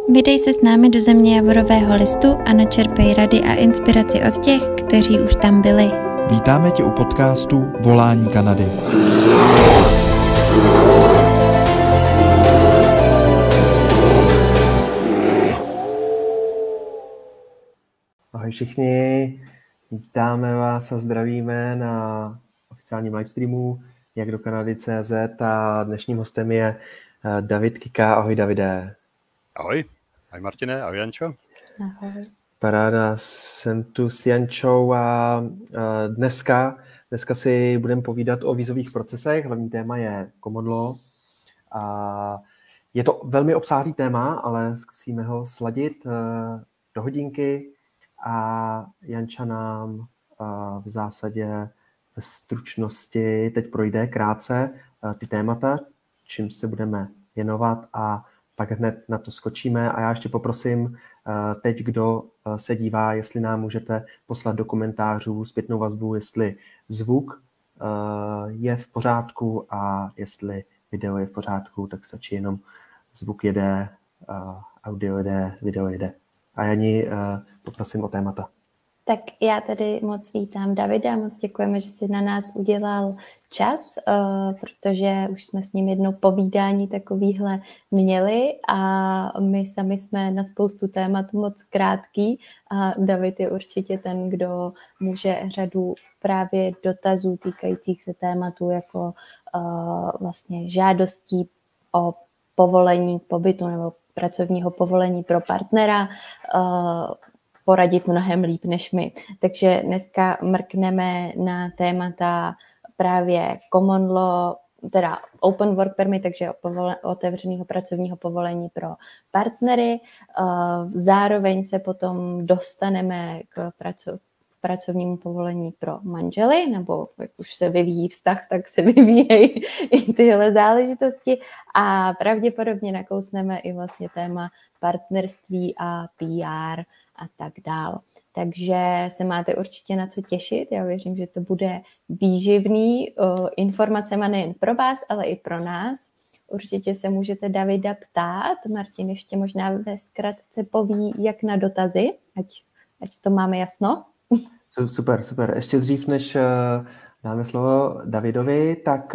Vydej se s námi do země javorového listu a načerpej rady a inspiraci od těch, kteří už tam byli. Vítáme tě u podcastu Volání Kanady. Ahoj všichni, vítáme vás a zdravíme na oficiálním livestreamu Jak do Kanady.cz a dnešním hostem je David Kika. Ahoj Davide. Ahoj, ahoj Martine, ahoj Jančo. Ahoj. Paráda, jsem tu s Jančou a dneska si budeme povídat o vízových procesech. Hlavní téma je common law. Je to velmi obsáhlý téma, ale zkusíme ho sladit do hodinky a Janča nám v zásadě ve stručnosti teď projde krátce ty témata, čím se budeme věnovat a pak hned na to skočíme. A já ještě poprosím teď, kdo se dívá, jestli nám můžete poslat do komentářů zpětnou vazbu, jestli zvuk je v pořádku a jestli video je v pořádku, tak stačí jenom zvuk jede, audio jede, video jede. A Jani, poprosím o témata. Tak já tady moc vítám Davida, moc děkujeme, že jsi na nás udělal čas, protože už jsme s ním jednou povídání takovýhle měli a my sami jsme na spoustu témat moc krátký a David je určitě ten, kdo může řadu právě dotazů týkajících se tématu jako vlastně žádostí o povolení k pobytu nebo pracovního povolení pro partnera poradit mnohem líp než my. Takže dneska mrkneme na témata právě common law, teda open work permit, takže otevřeného pracovního povolení pro partnery. Zároveň se potom dostaneme k pracovnímu povolení pro manžely, nebo jak už se vyvíjí vztah, tak se vyvíjejí i tyhle záležitosti a pravděpodobně nakousneme i vlastně téma partnerství a PR a tak dál. Takže se máte určitě na co těšit. Já věřím, že to bude výživný informacema nejen pro vás, ale i pro nás. Určitě se můžete Davida ptát. Martin ještě možná ve zkratce poví, jak na dotazy, ať to máme jasno. Super. Ještě dřív, než dáme slovo Davidovi, tak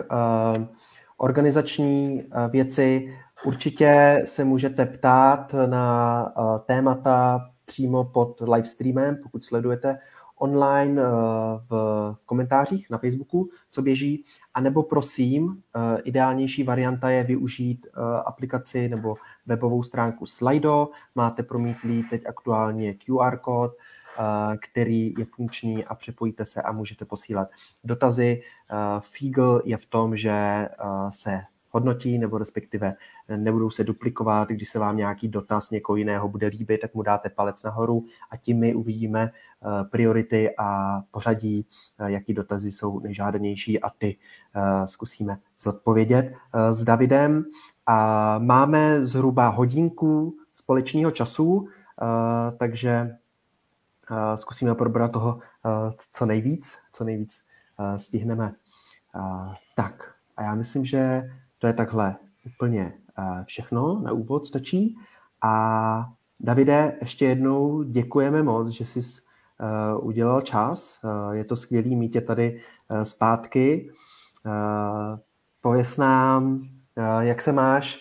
organizační věci v se můžete ptát na témata přímo pod livestreamem, pokud sledujete online v komentářích na Facebooku, co běží, anebo prosím, ideálnější varianta je využít aplikaci nebo webovou stránku Slido. Máte promítlý teď aktuálně QR kód, který je funkční a připojíte se a můžete posílat dotazy. Fígl je v tom, že se hodnotí, nebo respektive nebudou se duplikovat. Když se vám nějaký dotaz někoho jiného bude líbit, tak mu dáte palec nahoru a tím my uvidíme priority a pořadí, jaký dotazy jsou nejžádanější a ty zkusíme zodpovědět s Davidem. A máme zhruba hodinku společného času, takže zkusíme probrat toho co nejvíc stihneme. Tak a já myslím, že to je takhle úplně všechno, na úvod stačí. A Davide, ještě jednou děkujeme moc, že jsi udělal čas. Je to skvělý mít tě tady zpátky. Pověz nám, jak se máš,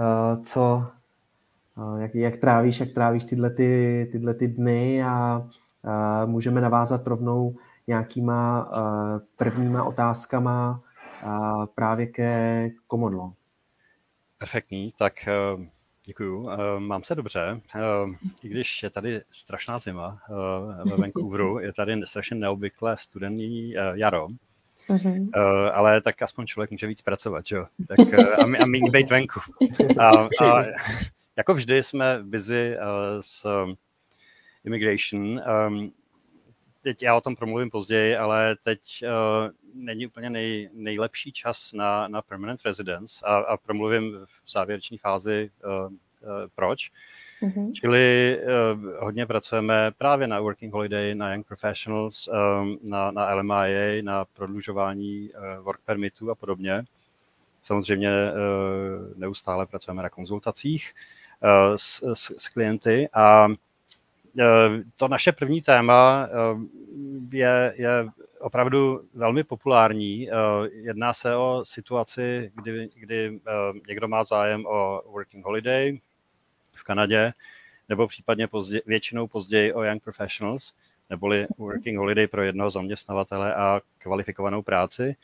jak trávíš tyhle dny a můžeme navázat rovnou nějakýma prvníma otázkama právě ke common law. Perfektní, tak děkuju. Mám se dobře, i když je tady strašná zima ve Vancouveru, je tady strašně neobvyklé studený jaro, ale tak aspoň člověk může víc pracovat, jo? Tak, a méně být venku. A jako vždy jsme busy s immigration. Teď já o tom promluvím později, ale teď není úplně nejlepší čas na permanent residence a promluvím v závěrečné fázi proč. Čili hodně pracujeme právě na working holiday, na young professionals, na LMIA, na prodlužování work permitů a podobně. Samozřejmě neustále pracujeme na konzultacích. s klienty. A to naše první téma je opravdu velmi populární. Jedná se o situaci, kdy někdo má zájem o working holiday v Kanadě, nebo případně většinou později o young professionals, neboli working holiday pro jednoho zaměstnavatele a kvalifikovanou práci.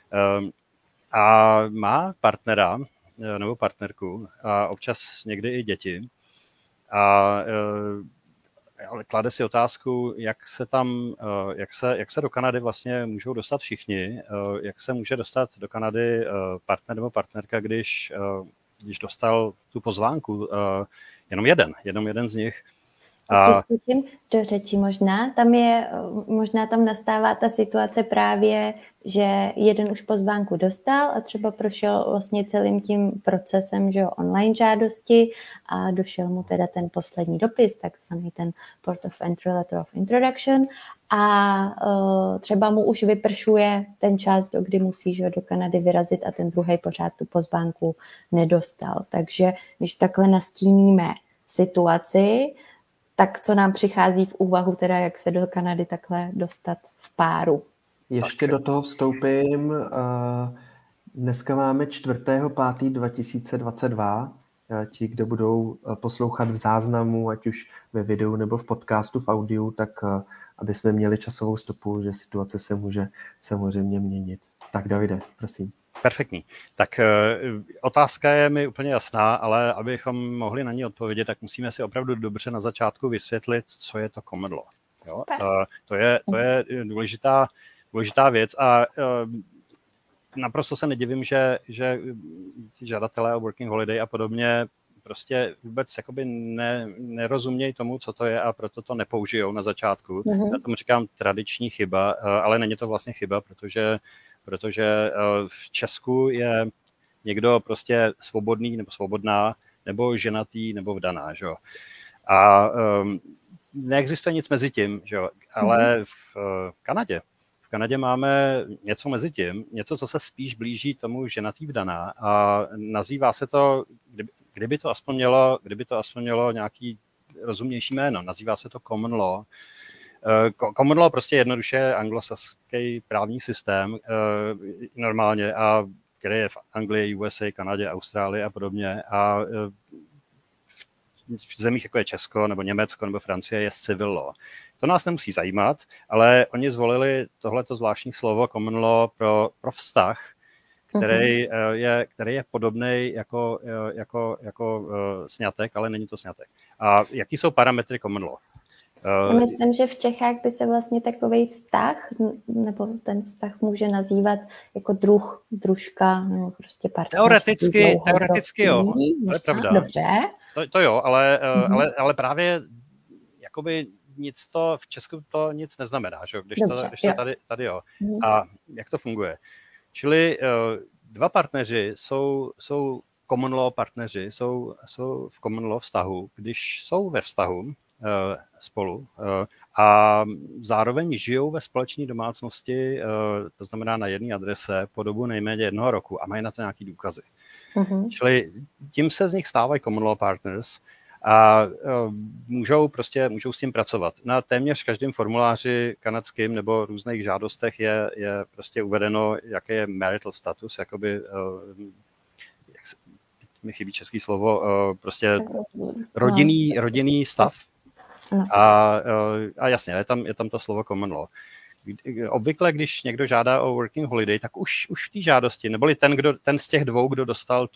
A má partnera nebo partnerku a občas někdy i děti. Ale klade si otázku, jak se do Kanady vlastně můžou dostat všichni, jak se může dostat do Kanady partner nebo partnerka, když dostal tu pozvánku, jenom jeden z nich. A skočím do řeči možná tam nastává ta situace právě, že jeden už pozvánku dostal a třeba prošel vlastně celým tím procesem, že online žádosti a došel mu teda ten poslední dopis, takzvaný ten Port of Entry Letter of Introduction a třeba mu už vypršuje ten čas, do kdy musí do Kanady vyrazit a ten druhý pořád tu pozvánku nedostal. Takže když takhle nastíníme situaci, tak co nám přichází v úvahu, teda jak se do Kanady takhle dostat v páru. Ještě do toho vstoupím. Dneska máme 4.5.2022. Ti, kdo budou poslouchat v záznamu, ať už ve videu nebo v podcastu, v audiu, tak aby jsme měli časovou stopu, že situace se může samozřejmě měnit. Tak Davide, prosím. Perfektní. Tak otázka je mi úplně jasná, ale abychom mohli na ní odpovědět, tak musíme si opravdu dobře na začátku vysvětlit, co je to common law. Jo? To je důležitá věc a naprosto se nedivím, že žadatelé o working holiday a podobně prostě vůbec jakoby nerozumějí tomu, co to je a proto to nepoužijou na začátku. Já tomu říkám tradiční chyba, ale není to vlastně chyba, protože v Česku je někdo prostě svobodný nebo svobodná, nebo ženatý, nebo vdaná. Že? A neexistuje nic mezi tím, že? Ale v Kanadě máme něco mezi tím, něco, co se spíš blíží tomu ženatý, vdaná a nazývá se to, kdyby to aspoň mělo nějaký rozumnější jméno, nazývá se to common law. Common law prostě jednoduše anglosaský právní systém normálně, a který je v Anglii, USA, Kanadě, Austrálii a podobně. A v zemích, jako je Česko, nebo Německo, nebo Francie, je civil law. To nás nemusí zajímat, ale oni zvolili tohleto zvláštní slovo common law pro vztah, který je podobný jako sňatek, ale není to sňatek. A jaký jsou parametry common law? Myslím, že v Čechách by se vlastně takový vztah, nebo ten vztah může nazývat jako družka, nebo prostě partner. Teoreticky jo, to je pravda. Dobře. To jo, ale právě jakoby nic to, v Česku to nic neznamená, že? Když to tady jo. A jak to funguje? Čili dva partneři jsou common law partneři, jsou v common law vztahu, když jsou ve vztahu spolu a zároveň žijou ve společné domácnosti, to znamená na jedné adrese po dobu nejméně 1 roku a mají na to nějaký důkazy. Čili tím se z nich stávají common law partners a můžou s tím pracovat. Na téměř každém formuláři kanadským nebo různých žádostech je prostě uvedeno, jaký je marital status, jakoby mi chybí český slovo, prostě rodinný stav. A jasně, je tam to slovo common law. Obvykle, když někdo žádá o working holiday, tak už v té žádosti, neboli ten z těch dvou, kdo dostal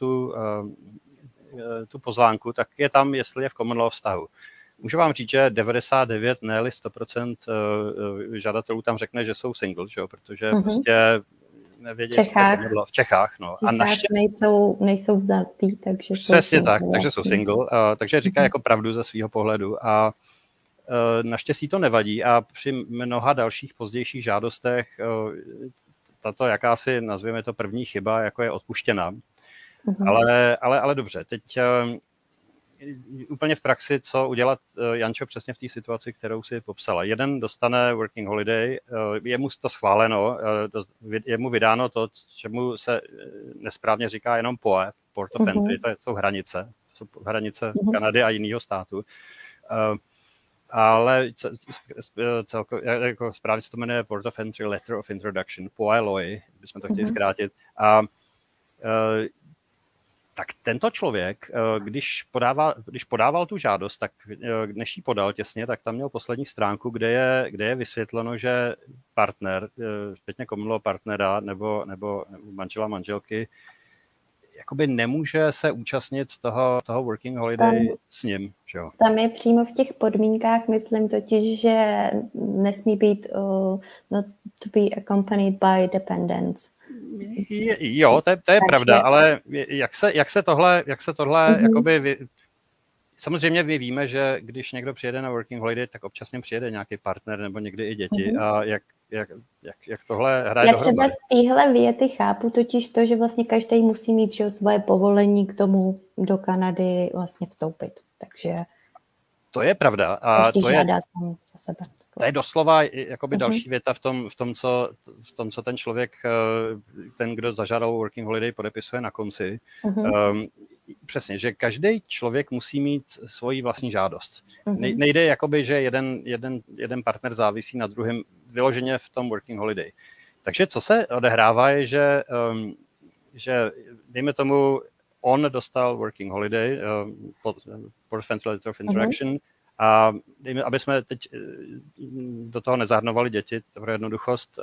tu pozvánku, tak je tam, jestli je v common law vztahu. Můžu vám říct, že 99, ne-li 100% žadatelů tam řekne, že jsou single, že? Protože prostě nevědí, v Čechách. No. A nejsou vzatý, takže přesně tak, takže jsou single, takže říká jako pravdu ze svého pohledu a naštěstí to nevadí a při mnoha dalších pozdějších žádostech tato jakási, nazvěme to první chyba, jako je odpuštěna. Ale dobře, teď úplně v praxi, co udělat, Jančo, přesně v té situaci, kterou si popsala. Jeden dostane working holiday, je mu to schváleno, je mu vydáno to, čemu se nesprávně říká jenom POE, Port of Entry, to jsou hranice, hranice Kanady a jiného státu. Ale jako správně se to jmenuje Port of Entry Letter of Introduction, POILOI, bychom to chtěli zkrátit. A tak tento člověk, když podával tu žádost, tak než ji podal těsně, tak tam měl poslední stránku, kde je vysvětleno, že partner, zpětně common law partnera nebo manžela, manželky, jakoby nemůže se účastnit toho working holiday s ním. Že jo? Tam je přímo v těch podmínkách, myslím totiž, že nesmí být not to be accompanied by dependents. Jo, to je pravda, ale jak se tohle jakoby samozřejmě my víme, že když někdo přijede na working holiday, tak občas něm přijede nějaký partner nebo někdy i děti a jak tohle hraje já dohromady. Já třeba z téhle věty chápu totiž to, že vlastně každý musí mít svoje povolení k tomu do Kanady vlastně vstoupit. Takže to je pravda. A to žádá sám za sebe. To je doslova jakoby další věta v tom, co ten člověk, ten, kdo zažádal working holiday, podepisuje na konci. Přesně, že každý člověk musí mít svoji vlastní žádost. Nejde jakoby, že jeden partner závisí na druhém vyloženě v tom working holiday. Takže co se odehrává je, že dejme tomu, on dostal working holiday, Port of Entry Letter of Introduction, a aby jsme teď do toho nezahrnovali děti, to pro jednoduchost,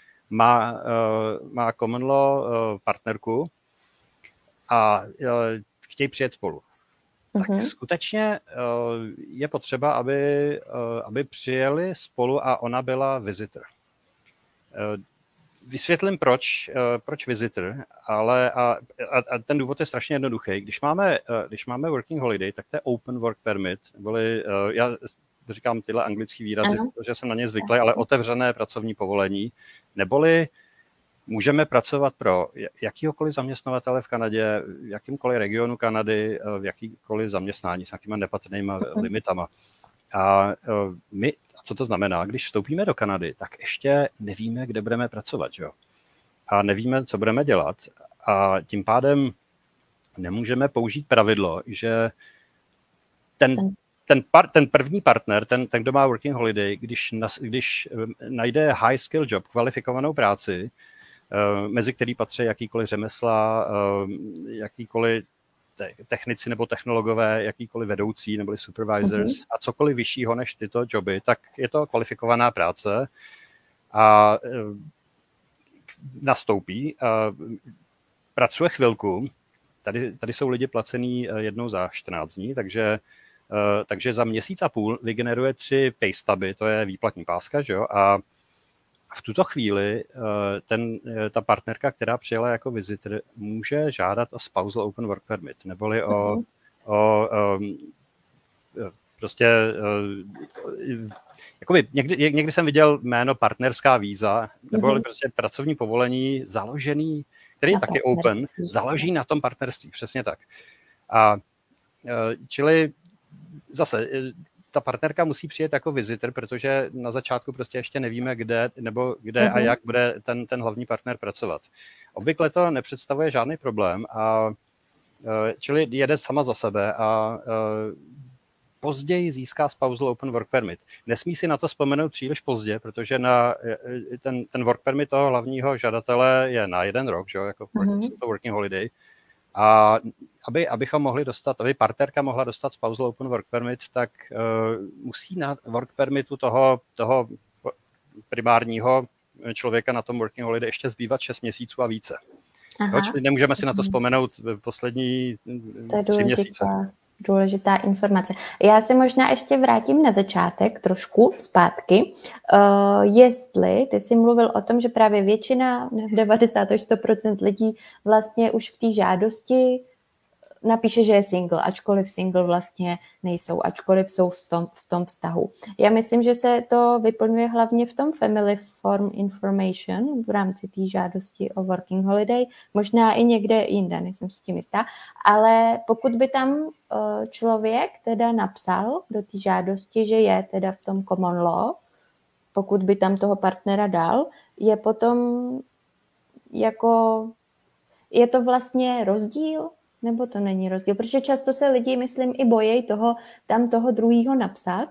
má common law partnerku a chtějí přijet spolu. Tak skutečně je potřeba, aby přijeli spolu a ona byla visitor. Vysvětlím, proč visitor, ale a ten důvod je strašně jednoduchý. Když máme working holiday, tak to je open work permit, neboli já říkám tyhle anglické výrazy, protože jsem na ně zvyklý, ale otevřené pracovní povolení, neboli můžeme pracovat pro jakýhokoliv zaměstnavatele v Kanadě, v jakýmkoliv regionu Kanady, v jakýkoliv zaměstnání s nějakýma nepatrnýma limitama. A co to znamená? Když vstoupíme do Kanady, tak ještě nevíme, kde budeme pracovat, jo? A nevíme, co budeme dělat. A tím pádem nemůžeme použít pravidlo, že ten první partner, ten, kdo má working holiday, když najde high skill job, kvalifikovanou práci, mezi který patří jakýkoliv řemesla, jakýkoliv technici nebo technologové, jakýkoliv vedoucí nebo supervisors a cokoliv vyššího než tyto joby, tak je to kvalifikovaná práce a nastoupí, pracuje chvilku, tady jsou lidi placení jednou za 14 dní, takže za měsíc a půl vygeneruje 3 pay stubby, to je výplatní páska, že jo, a v tuto chvíli ta partnerka, která přijela jako visitor, může žádat o spousal open work permit, neboli jakoby někdy jsem viděl jméno partnerská víza, neboli prostě pracovní povolení založený, který je taky open, založí na tom partnerství, přesně tak. A čili zase ta partnerka musí přijet jako visitor, protože na začátku prostě ještě nevíme, kde a jak bude ten hlavní partner pracovat. Obvykle to nepředstavuje žádný problém, čili jede sama za sebe a později získá spousal open work permit. Nesmí si na to vzpomenout příliš pozdě, protože ten work permit toho hlavního žadatele je na 1 rok, že? Jako working holiday. A abychom mohli dostat, aby partnerka mohla dostat spousal open work permit, tak musí na work permitu toho primárního člověka na tom working holiday ještě zbývat 6 měsíců a více. Čili nemůžeme si na to vzpomenout poslední 3 měsíce. Důležitá informace. Já se možná ještě vrátím na začátek, trošku zpátky. Jestli ty jsi mluvil o tom, že právě většina, 90 až 100% lidí vlastně už v té žádosti napíše, že je single, ačkoliv single vlastně nejsou, ačkoliv jsou v tom vztahu. Já myslím, že se to vyplňuje hlavně v tom Family Form Information v rámci té žádosti o working holiday, možná i někde jinde, nejsem si tím jistá, ale pokud by tam člověk teda napsal do té žádosti, že je teda v tom common law, pokud by tam toho partnera dal, je potom jako, je to vlastně rozdíl Nebo to není rozdíl? Protože často se lidi, myslím, i bojí toho druhýho napsat,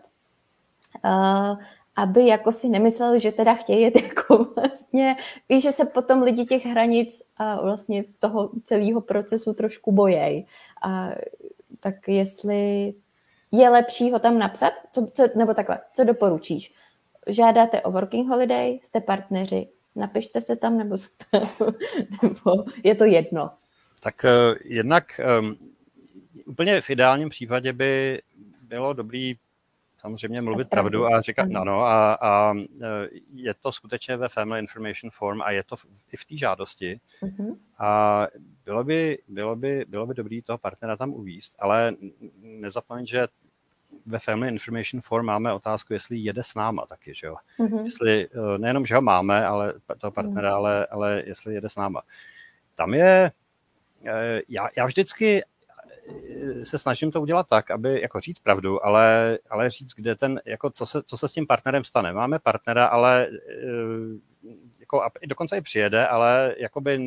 aby jako si nemysleli, že teda chtějí jet jako vlastně, víš, že se potom lidi těch hranic a vlastně toho celého procesu trošku bojí. Tak jestli je lepší ho tam napsat, nebo takhle, co doporučíš? Žádáte o working holiday, jste partneři, napište se tam, nebo je to jedno? Tak jednak úplně v ideálním případě by bylo dobrý samozřejmě mluvit pravdu a říkat ano a je to skutečně ve Family Information Form a je to i v té žádosti. A bylo by dobré toho partnera tam uvést, ale nezapomeň, že ve Family Information Form máme otázku, jestli jede s náma taky, že jo. Jestli nejenom, že ho máme, ale toho partnera, ale jestli jede s náma. Tam je, já vždycky se snažím to udělat tak, aby jako říct pravdu, ale říct, kde jako co se s tím partnerem stane. Máme partnera, ale jako dokonce i přijede, ale jakoby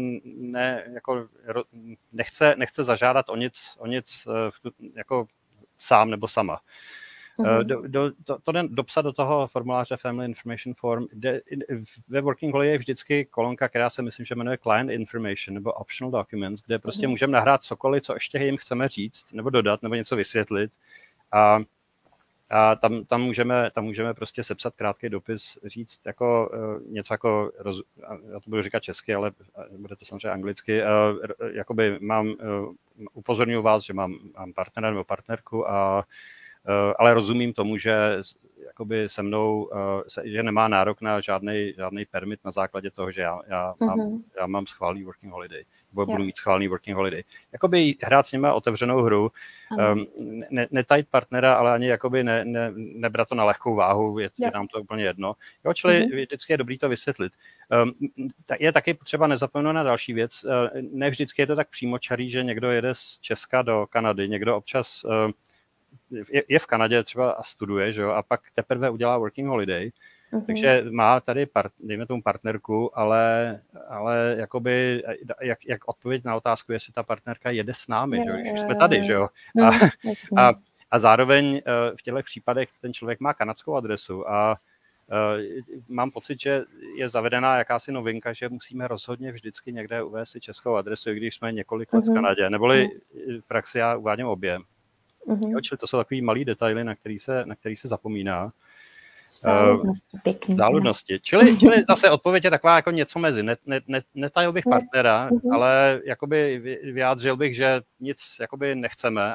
nechce zažádat o nic jako sám nebo sama. To jde dopsat do toho formuláře Family Information Form. Ve Working Holiday je vždycky kolonka, která se myslím, že jmenuje Client Information nebo Optional Documents, kde prostě můžeme nahrát cokoliv, co ještě jim chceme říct, nebo dodat, nebo něco vysvětlit. A tam můžeme prostě sepsat krátký dopis, říct jako něco jako, já to budu říkat česky, ale bude to samozřejmě anglicky, jakoby upozorňuji vás, že mám partnera nebo partnerku ale rozumím tomu, že jakoby se mnou, že nemá nárok na žádný permit na základě toho, že já mám schválený working holiday, nebo budu mít schválený working holiday. Jakoby hrát s nimi otevřenou hru, netajit partnera, ale ani jakoby nebrat to na lehkou váhu, je nám to úplně jedno. Jo, čili vždycky je dobrý to vysvětlit. Je taky potřeba nezapomenout na další věc. Ne vždycky je to tak přímočarý, že někdo jede z Česka do Kanady, někdo občas je v Kanadě třeba a studuje, že jo, a pak teprve udělá working holiday, takže má tady, dejme tomu partnerku, ale jakoby, jak odpověď na otázku, jestli ta partnerka jede s námi, že jo, když jsme tady, že jo. A zároveň v těchto případech ten člověk má kanadskou adresu a mám pocit, že je zavedená jakási novinka, že musíme rozhodně vždycky někde uvést si českou adresu, i když jsme několik let v Kanadě, neboli v praxi já uvádím obě. Jo, čili to jsou takový malý detaily, na který se zapomíná. Záludnosti. Čili zase odpověď je taková jako něco mezi. Netajil bych partnera, ale jakoby vyjádřil bych, že nic jakoby nechceme.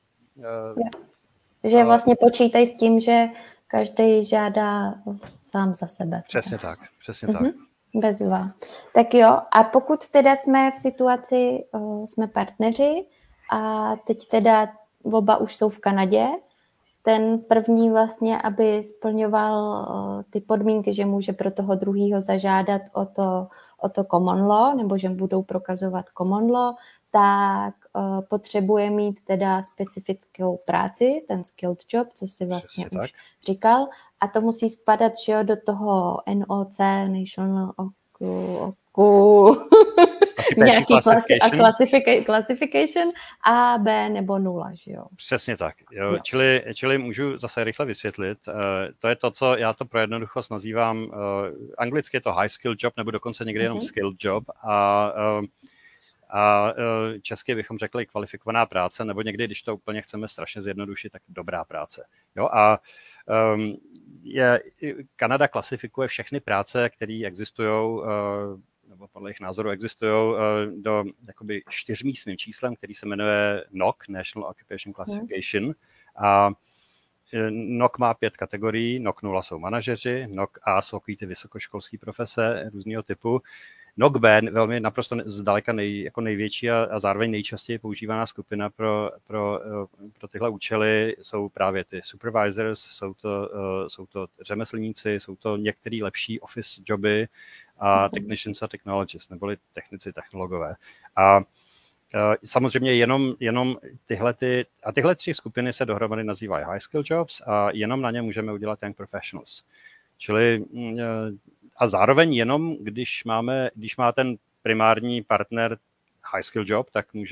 Že vlastně počítaj s tím, že každý žádá sám za sebe. Přesně tak. Bezva. Tak jo, a pokud teda jsme v situaci, jsme partneři a teď teda oba už jsou v Kanadě, ten první vlastně, aby splňoval ty podmínky, že může pro toho druhýho zažádat o to common law, nebo že budou prokazovat common law, tak potřebuje mít teda specifickou práci, ten skilled job, co si vlastně už říkal, a to musí spadat, že jo, do toho NOC, National nějaký classification A, B nebo 0, že jo? Přesně tak. Jo. Čili můžu zase rychle vysvětlit. To je to, co já to pro jednoduchost nazývám, anglicky je to high skill job, nebo dokonce někdy jenom skilled job a česky bychom řekli kvalifikovaná práce, nebo někdy, když to úplně chceme strašně zjednodušit, tak dobrá práce. Jo? A Kanada klasifikuje všechny práce, které existují, nebo podle jejich názoru existují, do jakoby 4místným číslem, který se jmenuje NOC, National Occupation Classification. A NOC má 5 kategorií. NOC 0 jsou manažeři, NOC A jsou ty vysokoškolské profese různého typu. NOC B, velmi naprosto zdaleka jako největší a zároveň nejčastěji používaná skupina pro tyhle účely jsou právě ty supervisors, jsou to řemeslníci, jsou to některý lepší office joby a technicians a technologists, neboli technici, technologové. A samozřejmě jenom tyhle 3 skupiny se dohromady nazývají high skill jobs a jenom na ně můžeme udělat young professionals. Čili a zároveň jenom, když má ten primární partner high skill job, tak může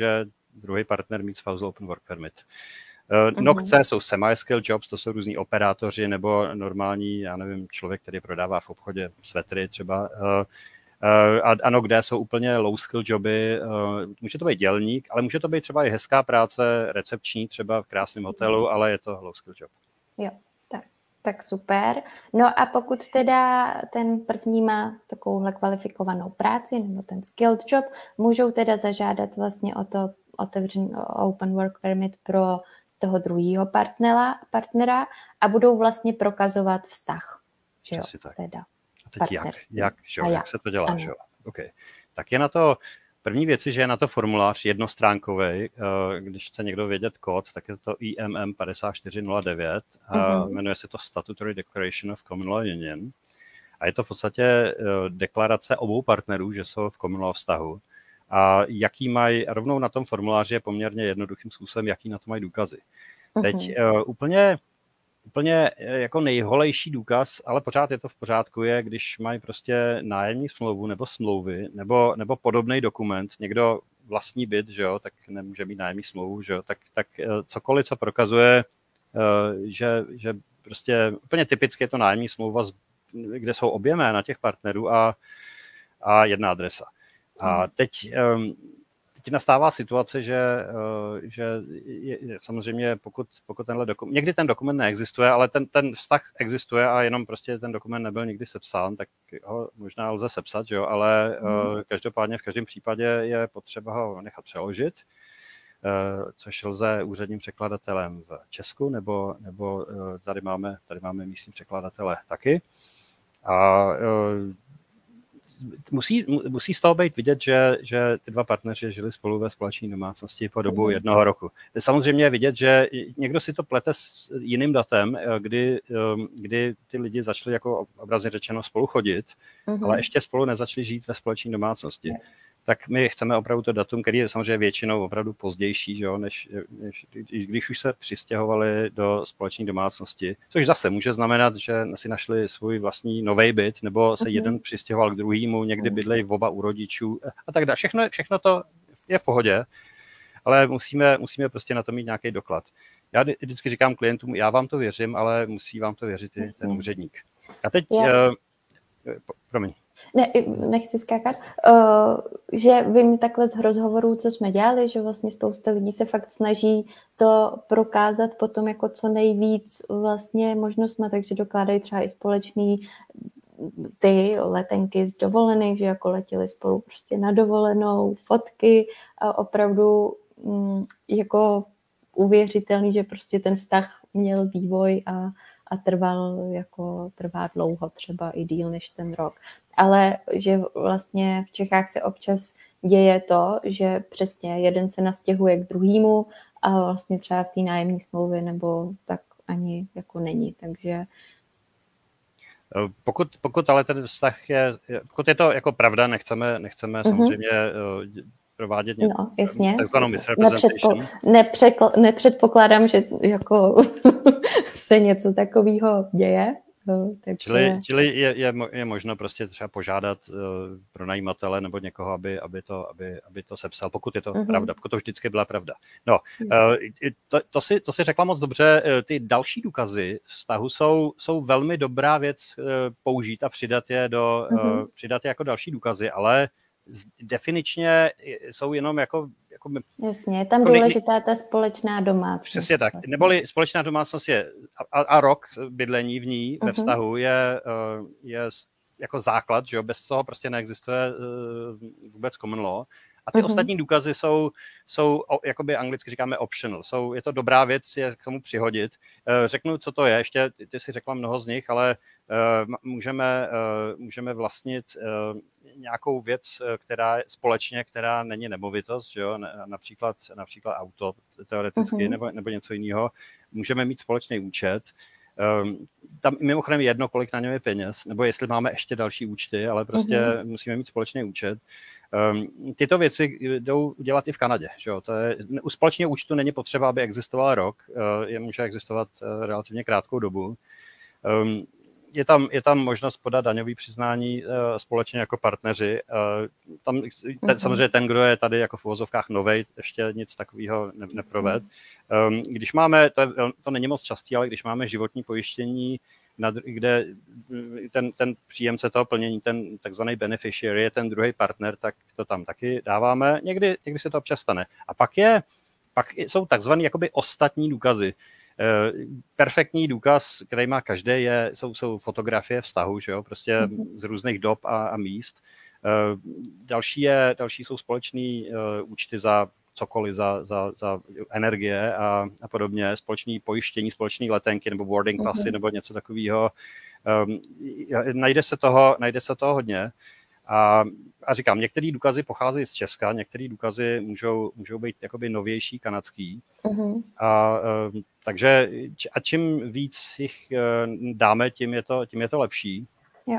druhý partner mít spousal open work permit. Nokce jsou semi-skill jobs, to jsou různí operátoři nebo normální, já nevím, člověk, který prodává v obchodě svetry třeba. A nokde jsou úplně low skill joby, může to být dělník, ale může to být třeba i hezká práce, recepční třeba v krásném hotelu, ale je to low skill job. Jo, tak super. No a pokud teda ten první má takovouhle kvalifikovanou práci nebo ten skilled job, můžou teda zažádat vlastně o to otevřený open work permit pro toho druhého partnera a budou vlastně prokazovat vztah. Že jo? Tak. Teda a teď jak se to dělá? Že jo? Okay. Tak je na to, první věc je, že je na to formulář jednostránkový. Když chce někdo vědět kód, tak je to IMM 5409. Jmenuje se to Statutory Declaration of Common Law Union. A je to v podstatě deklarace obou partnerů, že jsou v common law vztahu. A jaký mají, rovnou na tom formuláři je poměrně jednoduchým způsobem, jaký na to mají důkazy. Teď úplně jako nejholejší důkaz, ale pořád je to v pořádku, je, když mají prostě nájemní smlouvu nebo smlouvy, nebo podobný dokument, někdo vlastní byt, že jo, tak nemůže mít nájemní smlouvu, že jo, tak cokoliv, co prokazuje, že prostě úplně typicky je to nájemní smlouva, kde jsou obě jména těch partnerů a jedna adresa. A teď nastává situace, že samozřejmě pokud tenhle dokument, někdy ten dokument neexistuje, ale ten vztah existuje a jenom prostě ten dokument nebyl nikdy sepsán, tak ho možná lze sepsat, jo, ale každopádně v každém případě je potřeba ho nechat přeložit, což lze úředním překladatelem v Česku, nebo tady máme místní překladatele taky. A musí z toho být vidět, že ty dva partneři žili spolu ve společné domácnosti po dobu 1 roku. Samozřejmě je vidět, že někdo si to plete s jiným datem, kdy ty lidi začali jako obrazně řečeno spolu chodit, ale ještě spolu nezačali žít ve společné domácnosti. Tak my chceme opravdu to datum, který je samozřejmě většinou opravdu pozdější, že jo, než když už se přistěhovali do společné domácnosti, což zase může znamenat, že si našli svůj vlastní nový byt, nebo se jeden přistěhoval k druhému, někdy bydlejí oba u rodičů a tak dále. Všechno to je v pohodě, ale musíme prostě na to mít nějaký doklad. Já vždycky říkám klientům, já vám to věřím, ale musí vám to věřit i ten úředník. A teď, promiň. Ne, nechci skákat, že vím takhle z rozhovorů, co jsme dělali, že vlastně spousta lidí se fakt snaží to prokázat potom jako co nejvíc vlastně možnostmi, takže dokládají třeba i společný ty letenky z dovolených, že jako letěli spolu prostě na dovolenou, fotky a opravdu jako uvěřitelný, že prostě ten vztah měl vývoj a trvá dlouho, třeba i díl než ten rok. Ale že vlastně v Čechách se občas děje to, že přesně jeden se nastěhuje k druhému a vlastně třeba v té nájemní smlouvě nebo tak ani jako není, takže... Pokud ale ten vztah pokud je to jako pravda, nechceme samozřejmě provádět takzvanou misrepresentation. Nepředpokládám, že jako se něco takového děje. Čili je možno prostě třeba požádat pronajímatele nebo někoho, aby to sepsal, pokud je to pravda, pokud to vždycky byla pravda. No, to si řekla moc dobře. Ty další důkazy vztahu jsou velmi dobrá věc použít a přidat je jako další důkazy, ale definičně jsou jenom jako jasně, je tam důležitá ta společná domácnost. Přesně tak. Neboli společná domácnost je a rok bydlení v ní ve vztahu je jako základ, že jo? Bez toho prostě neexistuje vůbec common law. A ty ostatní důkazy jsou jakoby anglicky říkáme optional. Je to dobrá věc je k tomu přihodit. Řeknu, co to je. Ještě ty si řekla mnoho z nich, ale můžeme vlastnit nějakou věc, která není nemovitost, že jo? Například auto teoreticky nebo něco jiného. Můžeme mít společný účet. Tam mimochodem jedno, kolik na něm je peněz, nebo jestli máme ještě další účty, ale prostě musíme mít společný účet. Tyto věci jdou dělat i v Kanadě. Že jo? U společného účtu není potřeba, aby existoval rok, může existovat relativně krátkou dobu. je tam možnost podat daňové přiznání společně jako partneři. Tam samozřejmě ten, kdo je tady jako v uvozovkách novej, ještě nic takového neproved. Když máme, to není moc častý, ale když máme životní pojištění, kde ten příjemce toho plnění, ten takzvaný beneficiary, je ten druhý partner, tak to tam taky dáváme. Někdy se to občas stane. A pak jsou takzvaný jakoby ostatní důkazy. Perfektní důkaz, který má každý, jsou fotografie vztahu, že jo? Prostě z různých dob a míst. Další jsou společné účty za cokoliv, za energie a podobně, společné pojištění, společné letenky nebo boarding pasy nebo něco takového. Najde se toho hodně. A říkám, některé důkazy pocházejí z Česka, některé důkazy můžou být jakoby novější, kanadský. Takže a čím víc jich dáme, tím je to lepší. Jo.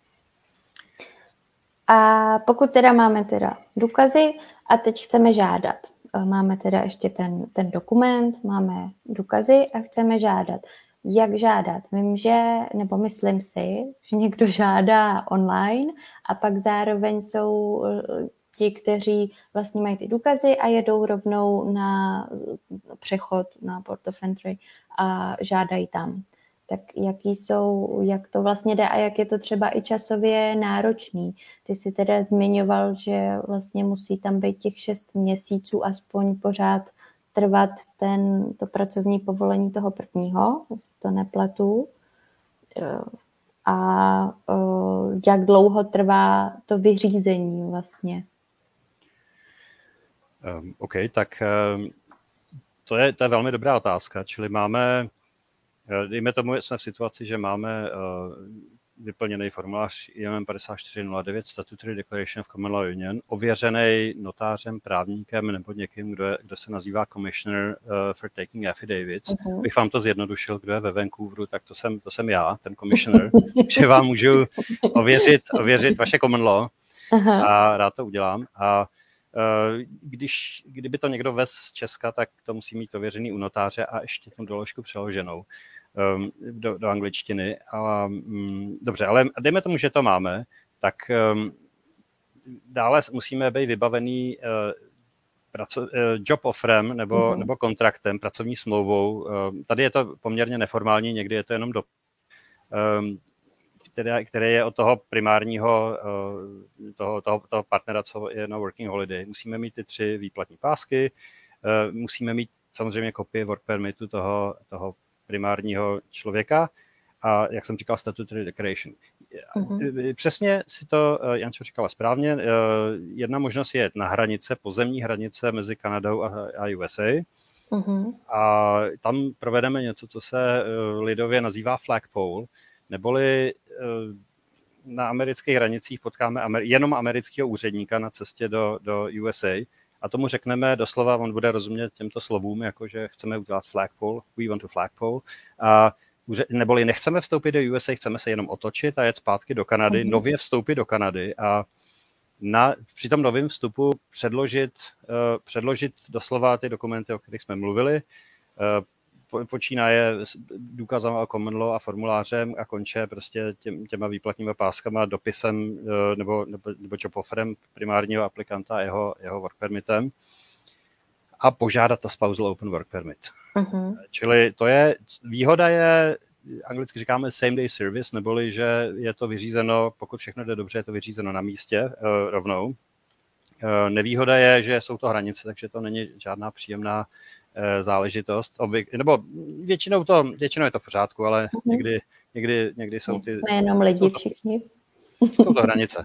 A pokud teda máme teda důkazy a teď chceme žádat. Máme teda ještě ten dokument, máme důkazy a chceme žádat. Jak žádat? Myslím si, že někdo žádá online a pak zároveň jsou ti, kteří vlastně mají ty důkazy a jedou rovnou na přechod na Port of Entry a žádají tam. Tak jak to vlastně jde a jak je to třeba i časově náročný. Ty jsi teda zmiňoval, že vlastně musí tam být těch 6 měsíců aspoň pořád trvat to pracovní povolení toho prvního, jestli to nepletu. A jak dlouho trvá to vyřízení vlastně? OK, tak to je velmi dobrá otázka. Čili dejme tomu, jsme v situaci, že máme vyplněný formulář IMM 5409 Statutory Declaration of Common Law Union, ověřený notářem, právníkem nebo někým, kdo se nazývá Commissioner for Taking Affidavits. Bych vám to zjednodušil, kdo je ve Vancouveru, tak to jsem já, ten Commissioner, že vám můžu ověřit vaše common law a rád to udělám. A kdyby to někdo vez z Česka, tak to musí mít ověřený u notáře a ještě tu doložku přeloženou do angličtiny. Dobře, ale dejme tomu, že to máme, tak dále musíme být vybavený job offerem nebo kontraktem, pracovní smlouvou. Tady je to poměrně neformální, někdy je to jenom který je od toho primárního toho partnera, co je na working holiday. Musíme mít ty 3 výplatní pásky, musíme mít samozřejmě kopie work permitu toho primárního člověka a, jak jsem říkal, statutory declaration. Přesně si to Jančo říkala správně. Jedna možnost je na hranice, pozemní hranice mezi Kanadou a USA. A tam provedeme něco, co se lidově nazývá flagpole, neboli na amerických hranicích potkáme jenom amerického úředníka na cestě do USA a tomu řekneme doslova, on bude rozumět těmto slovům, jako že chceme udělat flagpole, we want to flagpole, neboli nechceme vstoupit do USA, chceme se jenom otočit a jet zpátky do Kanady, nově vstoupit do Kanady a při tom novém vstupu předložit doslova ty dokumenty, o kterých jsme mluvili, počínaje důkazama o common law a formulářem a konče prostě těma výplatníma páskama, dopisem nebo job offerem primárního aplikanta a jeho work permitem a požádat o spousal open work permit. Čili výhoda je, anglicky říkáme same day service, neboli že je to vyřízeno, pokud všechno jde dobře, je to vyřízeno na místě rovnou. Nevýhoda je, že jsou to hranice, takže to není žádná příjemná záležitost. Nebo většinou je to v pořádku, ale někdy jsou ty... Jsme jenom lidi všichni. Jsou to hranice.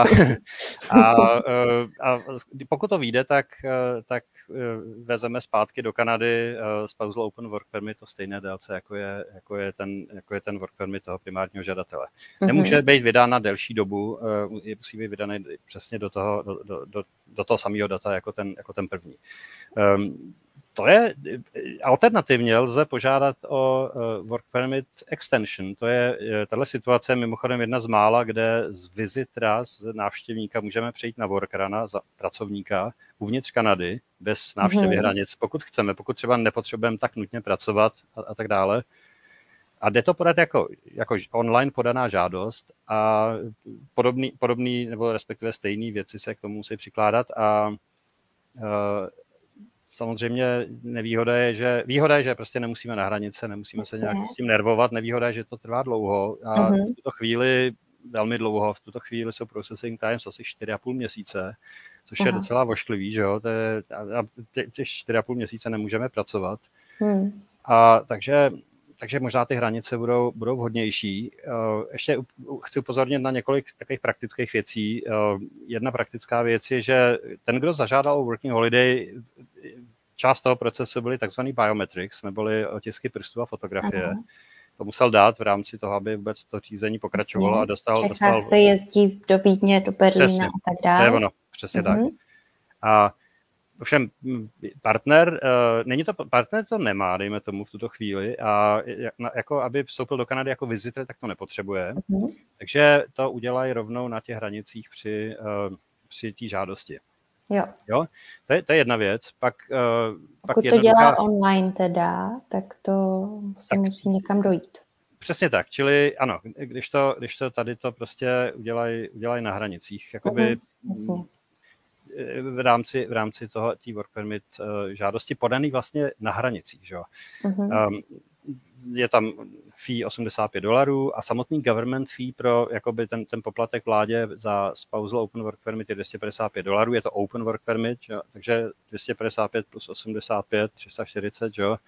A pokud to vyjde, tak vezeme zpátky do Kanady spousal open work permit o stejné délce, jako je ten work permit toho primárního žadatele. Nemůže být vydán na delší dobu, musí být vydaný přesně do toho samého data jako ten první. To je, alternativně lze požádat o work permit extension. Tahle situace je mimochodem jedna z mála, kde z vizitera, z návštěvníka můžeme přejít na workera, na pracovníka uvnitř Kanady, bez návštěvy hranic, pokud chceme, pokud třeba nepotřebujeme tak nutně pracovat a tak dále. A jde to podat jako online podaná žádost a podobný nebo respektive stejné věci se k tomu musí přikládat a samozřejmě výhoda je, že prostě nemusíme na hranice, nemusíme se nějak s tím nervovat, nevýhoda je, že to trvá dlouho a v tuto chvíli velmi dlouho, v tuto chvíli jsou processing times asi 4,5 měsíce, což je docela vošklivý, že jo, a těch 4,5 měsíce nemůžeme pracovat. A takže možná ty hranice budou vhodnější. Ještě chci upozornit na několik takových praktických věcí. Jedna praktická věc je, že ten, kdo zažádal o working holiday, část toho procesu byly takzvaný biometrics, neboli otisky prstů a fotografie. To musel dát v rámci toho, aby vůbec to řízení pokračovalo a dostal... se jezdí do Vídně, do Berlína a tak dále. To je ono, přesně tak. A ovšem partner to nemá, dejme tomu v tuto chvíli, a jako aby vstoupil do Kanady jako visitor, tak to nepotřebuje. Takže to udělají rovnou na těch hranicích při té žádosti. Jo? To je jedna věc. Pokud to dělá online teda, tak to musí někam dojít. Přesně tak, čili ano, když to tady to prostě udělají na hranicích, jakoby v rámci toho work permit žádosti podaný vlastně na hranicích, že jo. Je tam fee $85 a samotný government fee pro jakoby ten poplatek vládě za spousal open work permit je $255, je to open work permit, jo, takže 255 plus 85, 340, jo.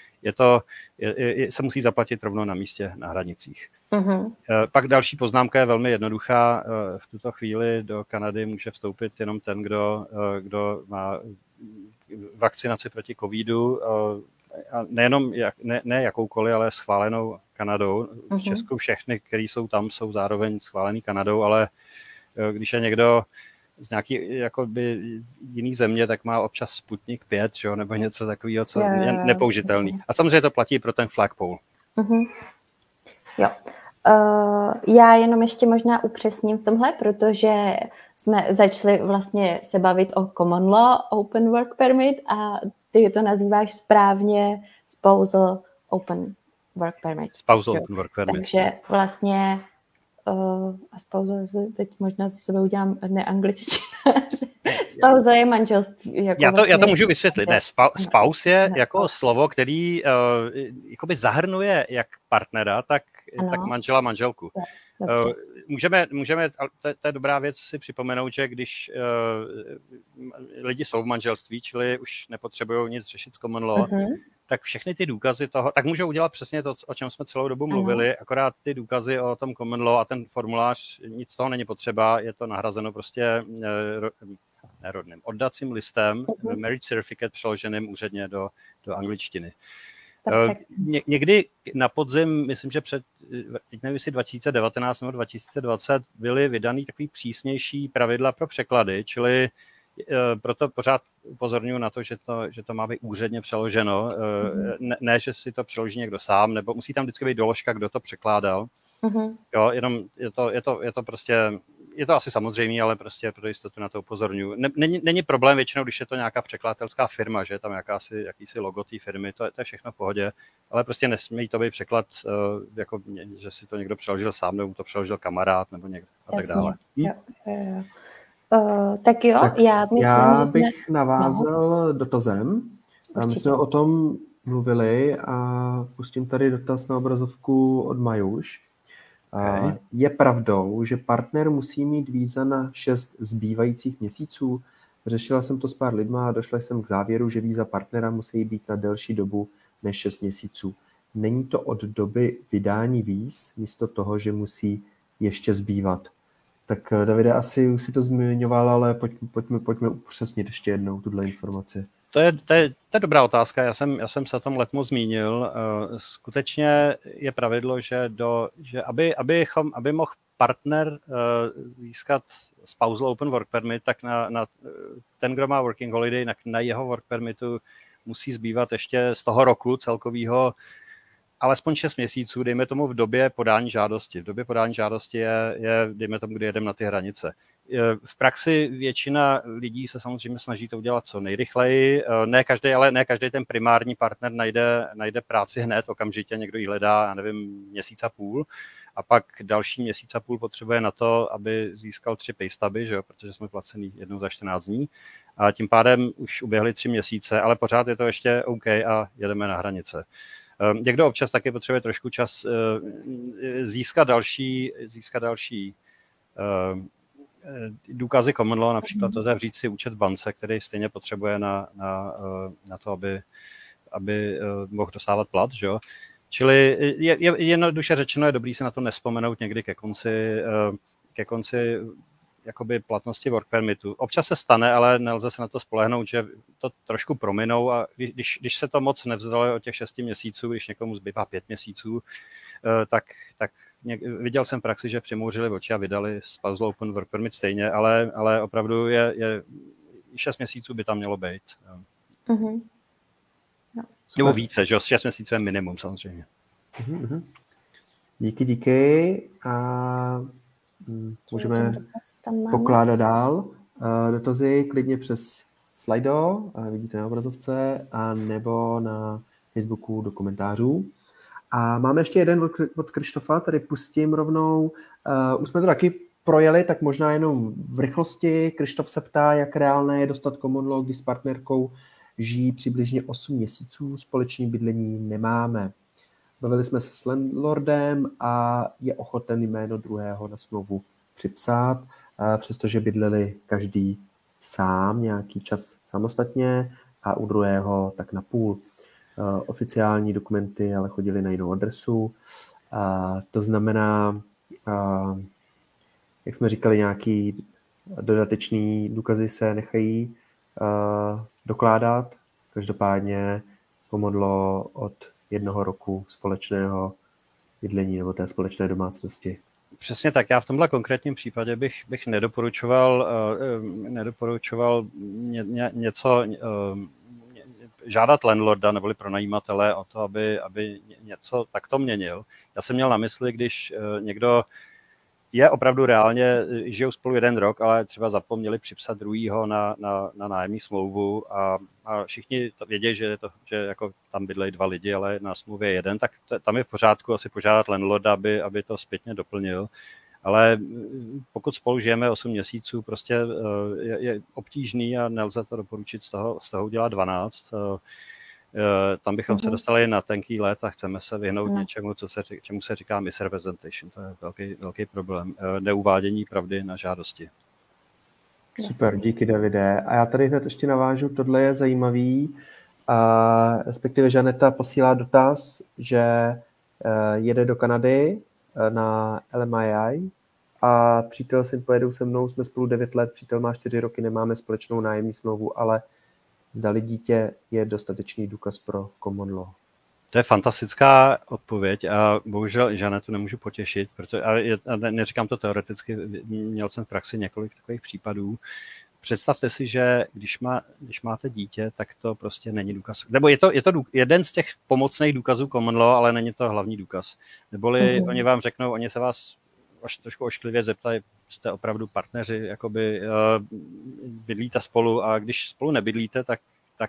Se musí zaplatit rovnou na místě na hranicích. Pak další poznámka je velmi jednoduchá. V tuto chvíli do Kanady může vstoupit jenom ten, kdo má vakcinaci proti covidu, a nejenom ne jakoukoliv, ale schválenou Kanadou. V Česku všechny, kteří jsou tam, jsou zároveň schválený Kanadou, ale když je někdo z nějaký jakoby jiný země, tak má občas Sputnik 5, že? Nebo něco takového, co je nepoužitelný. A samozřejmě to platí pro ten flagpole. Jo. Já jenom ještě možná upřesním v tomhle, protože jsme začali vlastně se bavit o common law, open work permit a ty to nazýváš správně spousal open work permit. Spousal open work permit. Takže vlastně a spousal, teď možná si sebe udělám neangličtina. Spousal je manželství. Jako já to můžu vysvětlit. Ne, spouse je jako slovo, který jakoby zahrnuje jak partnera, tak manžela, manželku. Můžeme, to je dobrá věc si připomenout, že když lidi jsou v manželství, čili už nepotřebují nic řešit s common law, tak všechny ty důkazy toho, tak můžou udělat přesně to, o čem jsme celou dobu mluvili, akorát ty důkazy o tom common law a ten formulář, nic z toho není potřeba, je to nahrazeno prostě rodným oddacím listem, marriage certificate přeloženým úředně do angličtiny. Někdy na podzim, myslím, že teď nevím, jestli 2019 nebo 2020 byly vydaný takový přísnější pravidla pro překlady, čili proto pořád upozorňuji na to, že to má být úředně přeloženo. Ne, že si to přeloží někdo sám, nebo musí tam vždycky být doložka, kdo to překládal. Jo, jenom je to prostě, je to asi samozřejmé, ale prostě pro jistotu na to upozorňuji. Není problém většinou, když je to nějaká překladatelská firma, že je tam jakýsi logo té firmy, to je všechno v pohodě, ale prostě nesmí to být překlad, jako, že si to někdo přeložil sám, nebo to přeložil kamarád, nebo někdo a tak dále. Jo. Tak jo, já myslím, já že bych navázal dotazem. My jsme o tom mluvili a pustím tady dotaz na obrazovku od Majuš. Okay. Je pravdou, že partner musí mít víza na 6 zbývajících měsíců? Řešila jsem to s pár lidma a došla jsem k závěru, že víza partnera musí být na delší dobu než 6 měsíců. Není to od doby vydání víz, místo toho, že musí ještě zbývat? Tak Davide, asi už si to zmiňoval, ale pojďme upřesnit ještě jednou tuhle informaci. To je dobrá otázka, já jsem se o tom letmo zmínil. Skutečně je pravidlo, že aby mohl partner získat spousal open work permit, tak na ten, kdo má working holiday, na jeho work permitu musí zbývat ještě z toho roku celkovýho alespoň 6 měsíců, dejme tomu v době podání žádosti. V době podání žádosti je dejme tomu, kdy jedeme na ty hranice. V praxi většina lidí se samozřejmě snaží to udělat co nejrychleji. Ne každý ten primární partner najde práci hned, okamžitě někdo ji hledá, já nevím, měsíc a půl. A pak další měsíc a půl potřebuje na to, aby získal 3 paystuby, že jo, protože jsme placený jednou za 14 dní. A tím pádem už uběhly 3 měsíce, ale pořád je to ještě OK a jedeme na hranice. Někdo občas taky potřebuje trošku čas získat další důkazy common law, například otevřít si účet v bance, který stejně potřebuje na to, aby mohl dostávat plat, že jo. Čili jednoduše řečeno je dobrý se na to nespomenout někdy ke konci jakoby platnosti work permitu. Občas se stane, ale nelze se na to spolehnout, že to trošku prominou a když se to moc nevzdalo od těch 6 měsíců, když někomu zbývá 5 měsíců, tak viděl jsem v praxi, že přimouřili oči a vydali spousal open work permit stejně, ale opravdu je 6 měsíců by tam mělo být. Mm-hmm. No. Nebo více, že 6 měsíců je minimum samozřejmě. Mm-hmm. Díky a můžeme pokládat dál dotazy klidně přes Slido, vidíte na obrazovce, a nebo na Facebooku do komentářů. A máme ještě jeden od Krištofa, tady pustím rovnou. Už jsme to taky projeli, tak možná jenom v rychlosti. Krištof se ptá, jak reálné je dostat common law, když s partnerkou žijí přibližně 8 měsíců, společné bydlení nemáme. Bavili jsme se s landlordem a je ochoten jméno druhého na smlouvu připsat, přestože bydleli každý sám nějaký čas samostatně a u druhého tak na půl. Oficiální dokumenty ale chodili na jinou adresu. To znamená, jak jsme říkali, nějaký dodatečný důkazy se nechají dokládat. Každopádně pomodlo od 1 roku společného bydlení nebo té společné domácnosti. Přesně tak. Já v tomhle konkrétním případě bych nedoporučoval něco žádat landlorda neboli pronajímatele o to, aby něco takto měnil. Já jsem měl na mysli, když někdo je opravdu reálně, žijou spolu 1 rok, ale třeba zapomněli připsat druhýho na nájemní smlouvu a všichni vědí, že jako tam bydlejí 2 lidi, ale na smlouvě 1, tak tam je v pořádku asi požádat landlorda, aby to zpětně doplnil. Ale pokud spolu žijeme 8 měsíců, prostě je obtížný a nelze to doporučit z toho udělat 12. Tam bychom se dostali na tenký led a chceme se vyhnout něčemu, čemu se říká misrepresentation. To je velký problém. Neuvádění pravdy na žádosti. Super, díky, Davide. A já tady hned ještě navážu, tohle je zajímavý. Respektive Žaneta posílá dotaz, že jede do Kanady na LMII a přítel syn pojedou se mnou, jsme spolu 9 let, přítel má 4 roky, nemáme společnou nájemní smlouvu, ale zdali dítě je dostatečný důkaz pro common law. To je fantastická odpověď a bohužel Žanetu nemůžu potěšit, protože, a neříkám to teoreticky, měl jsem v praxi několik takových případů. Představte si, že když máte dítě, tak to prostě není důkaz. Nebo je to jeden z těch pomocných důkazů common law, ale není to hlavní důkaz. Neboli oni vám řeknou, oni se vás až trošku ošklivě zeptají, jste opravdu partneři, jakoby bydlíte spolu a když spolu nebydlíte, tak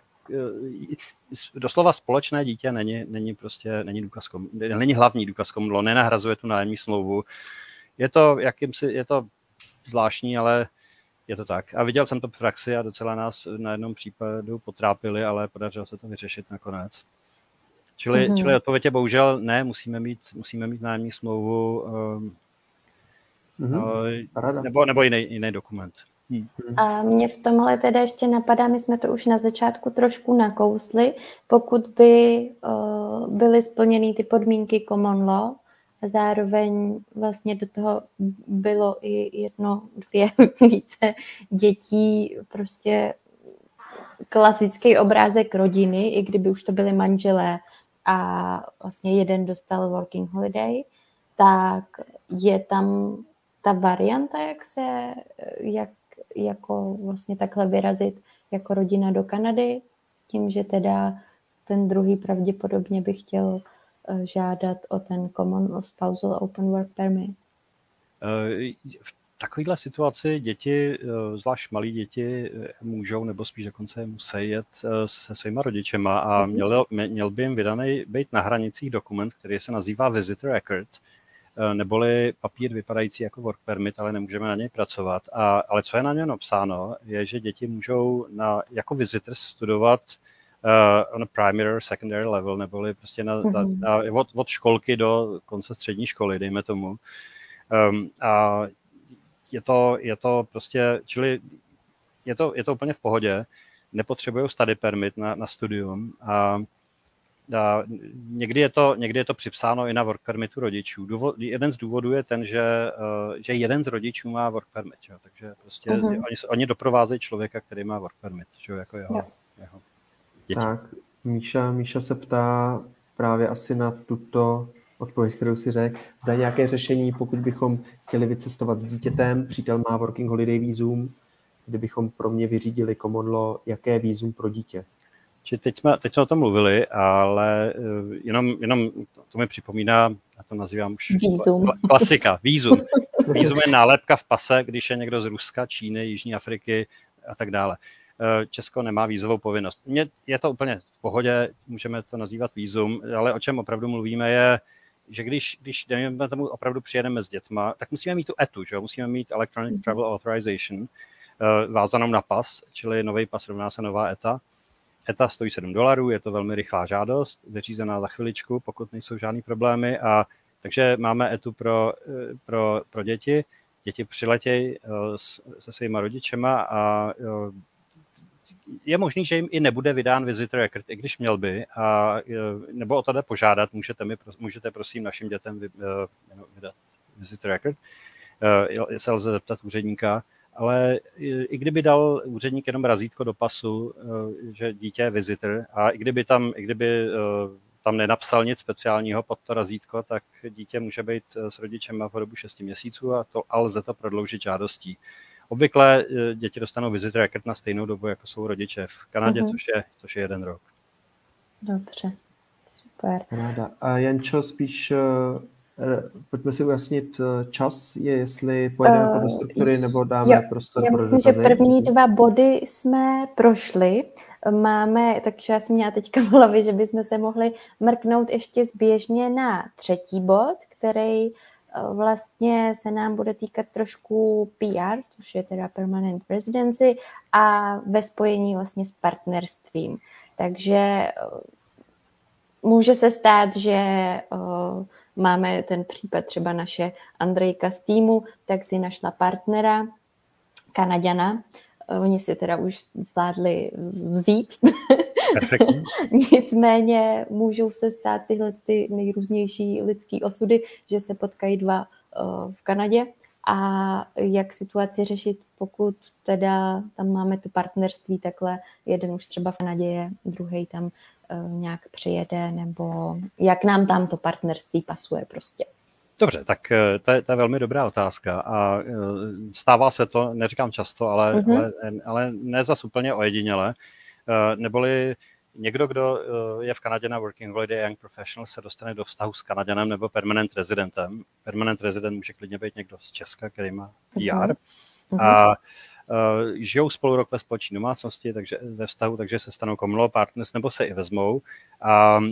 doslova společné dítě není hlavní důkaz common law, nenahrazuje tu nájemní smlouvu. Je to zvláštní, ale je to tak. A viděl jsem to v praxi a docela nás na jednom případu potrápili, ale podařilo se to vyřešit nakonec. Čili odpověď je bohužel ne, musíme mít nájemní smlouvu nebo jiný dokument. A mě v tomhle teda ještě napadá, my jsme to už na začátku trošku nakousli, pokud by byly splněny ty podmínky common law, a zároveň vlastně do toho bylo i 1, 2, více dětí, prostě klasický obrázek rodiny, i kdyby už to byly manželé a vlastně jeden dostal working holiday, tak je tam ta varianta, jak jako vlastně takhle vyrazit jako rodina do Kanady, s tím, že teda ten druhý pravděpodobně by chtěl žádat o ten Common Spousal Open Work Permit? V takovéhle situaci děti, zvlášť malí děti, můžou nebo spíš dokonce musí jet se svýma rodičema a měl by jim vydaný být na hranicích dokument, který se nazývá Visitor Record, neboli papír vypadající jako work permit, ale nemůžeme na něj pracovat. Ale co je na něm napsáno, je, že děti můžou jako visitors studovat on a primary or secondary level, neboli prostě od školky do konce střední školy, dejme tomu. A je to prostě, čili je to úplně v pohodě, nepotřebují study permit na studium a někdy je to připsáno i na work permitu rodičů. Jeden z důvodů je ten, že jeden z rodičů má work permit, jo, takže prostě oni doprovázejí člověka, který má work permit, jo, jako jeho děti. Tak, Míša se ptá právě asi na tuto odpověď, kterou si řekl. Zda nějaké řešení, pokud bychom chtěli vycestovat s dítětem, přítel má working holiday vízum, kdybychom pro mě vyřídili common law, jaké vízum pro dítě? Teď jsme o tom mluvili, ale jenom to mi připomíná, já to nazývám už klasika, vízum. Vízum je nálepka v pase, když je někdo z Ruska, Číny, Jižní Afriky a tak dále. Česko nemá vízovou povinnost. Je to úplně v pohodě, můžeme to nazývat vízum, ale o čem opravdu mluvíme je, že když dejme tomu opravdu přijedeme s dětma, tak musíme mít tu ETU, že jo? Musíme mít Electronic Travel Authorization, vázanou na pas, čili nový pas rovná se nová ETA. ETA stojí $7, je to velmi rychlá žádost, vyřízená za chviličku, pokud nejsou žádný problémy. Takže máme ETU pro děti. Děti přiletějí se svýma rodičema a je možný, že jim i nebude vydán visitor record, i když měl by, nebo o to jde požádat, můžete prosím našim dětem vydat visitor record, se lze zeptat úředníka, ale i kdyby dal úředník jenom razítko do pasu, že dítě je visitor, a i kdyby tam nenapsal nic speciálního pod to razítko, tak dítě může být s rodičem po dobu 6 měsíců a lze to prodloužit žádostí. Obvykle děti dostanou visitor record na stejnou dobu, jako jsou rodiče v Kanadě, což je 1 rok. Dobře, super. Ráda. A Jančo, spíš pojďme si ujasnit čas, jestli pojedeme podle struktury, nebo dáme prostor pro dotazy. Já myslím, že první 2 body jsme prošli. Takže já jsem měla teďka v hlavě, že bychom se mohli mrknout ještě zběžně na 3. bod, který vlastně se nám bude týkat trošku PR, což je teda permanent residency, a ve spojení vlastně s partnerstvím. Takže může se stát, že máme ten případ třeba naše Andrejka z týmu, tak si našla partnera, Kanaďana. Oni si teda už zvládli vzít. Perfektní. Nicméně můžou se stát tyhle ty nejrůznější lidský osudy, že se potkají 2 v Kanadě. A jak situaci řešit, pokud teda tam máme to partnerství takhle, jeden už třeba v Kanadě je, druhý tam nějak přijede, nebo jak nám tam to partnerství pasuje prostě. Dobře, tak to je velmi dobrá otázka a stává se to, neříkám často, ale ne zas úplně ojediněle, neboli někdo, kdo je v Kanadě na Working Holiday Young Professional, se dostane do vztahu s Kanaďanem nebo permanent rezidentem. Permanent rezident může klidně být někdo z Česka, který má PR. A žijou spolu rok ve společné domácnosti, takže ve vztahu, takže se stanou common law partners, nebo se i vezmou. A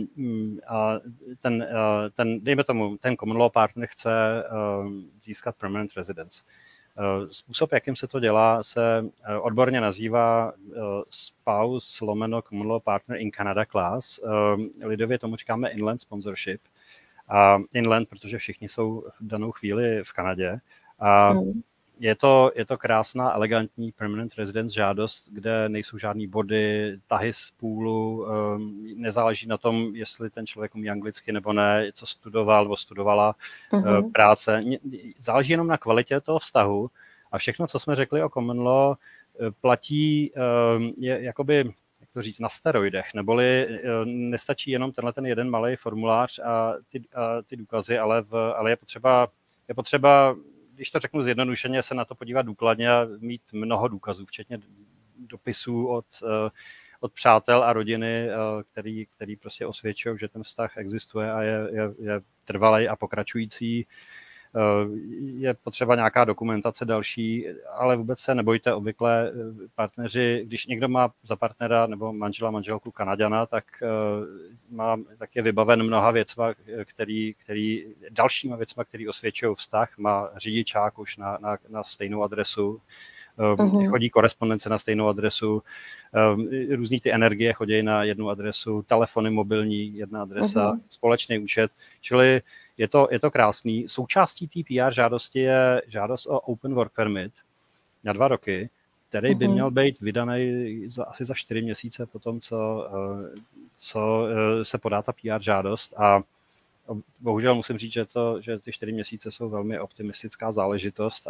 dejme tomu, ten common law partner chce získat permanent residence. Způsob, jakým se to dělá, se odborně nazývá spouse/common law partner in Canada class. Lidově tomu říkáme inland sponsorship. Inland, protože všichni jsou v danou chvíli v Kanadě. A je to krásná, elegantní permanent residence žádost, kde nejsou žádný body, tahy z půlu, nezáleží na tom, jestli ten člověk umí anglicky nebo ne, co studoval nebo studovala, práce. Záleží jenom na kvalitě toho vztahu a všechno, co jsme řekli o common law, platí je jakoby, jak to říct, na steroidech, neboli nestačí jenom ten jeden malý formulář a ty důkazy, ale je potřeba, když to řeknu zjednodušeně, se na to podívat důkladně a mít mnoho důkazů, včetně dopisů od přátel a rodiny, který prostě osvědčují, že ten vztah existuje a je trvalý a pokračující. Je potřeba nějaká dokumentace další, ale vůbec se nebojte, obvykle partneři, když někdo má za partnera nebo manželku Kanaďana, tak je vybaven mnoha věcma, dalšíma věcma, který osvědčují vztah, má řidičák už na stejnou adresu, chodí korespondence na stejnou adresu, různý ty energie chodí na jednu adresu, telefony mobilní, jedna adresa, společný účet, čili je to krásný. Součástí té PR žádosti je žádost o Open Work Permit na 2 roky, který by měl být vydaný asi za 4 měsíce po tom, co se podá ta PR žádost, a bohužel musím říct, že ty 4 měsíce jsou velmi optimistická záležitost,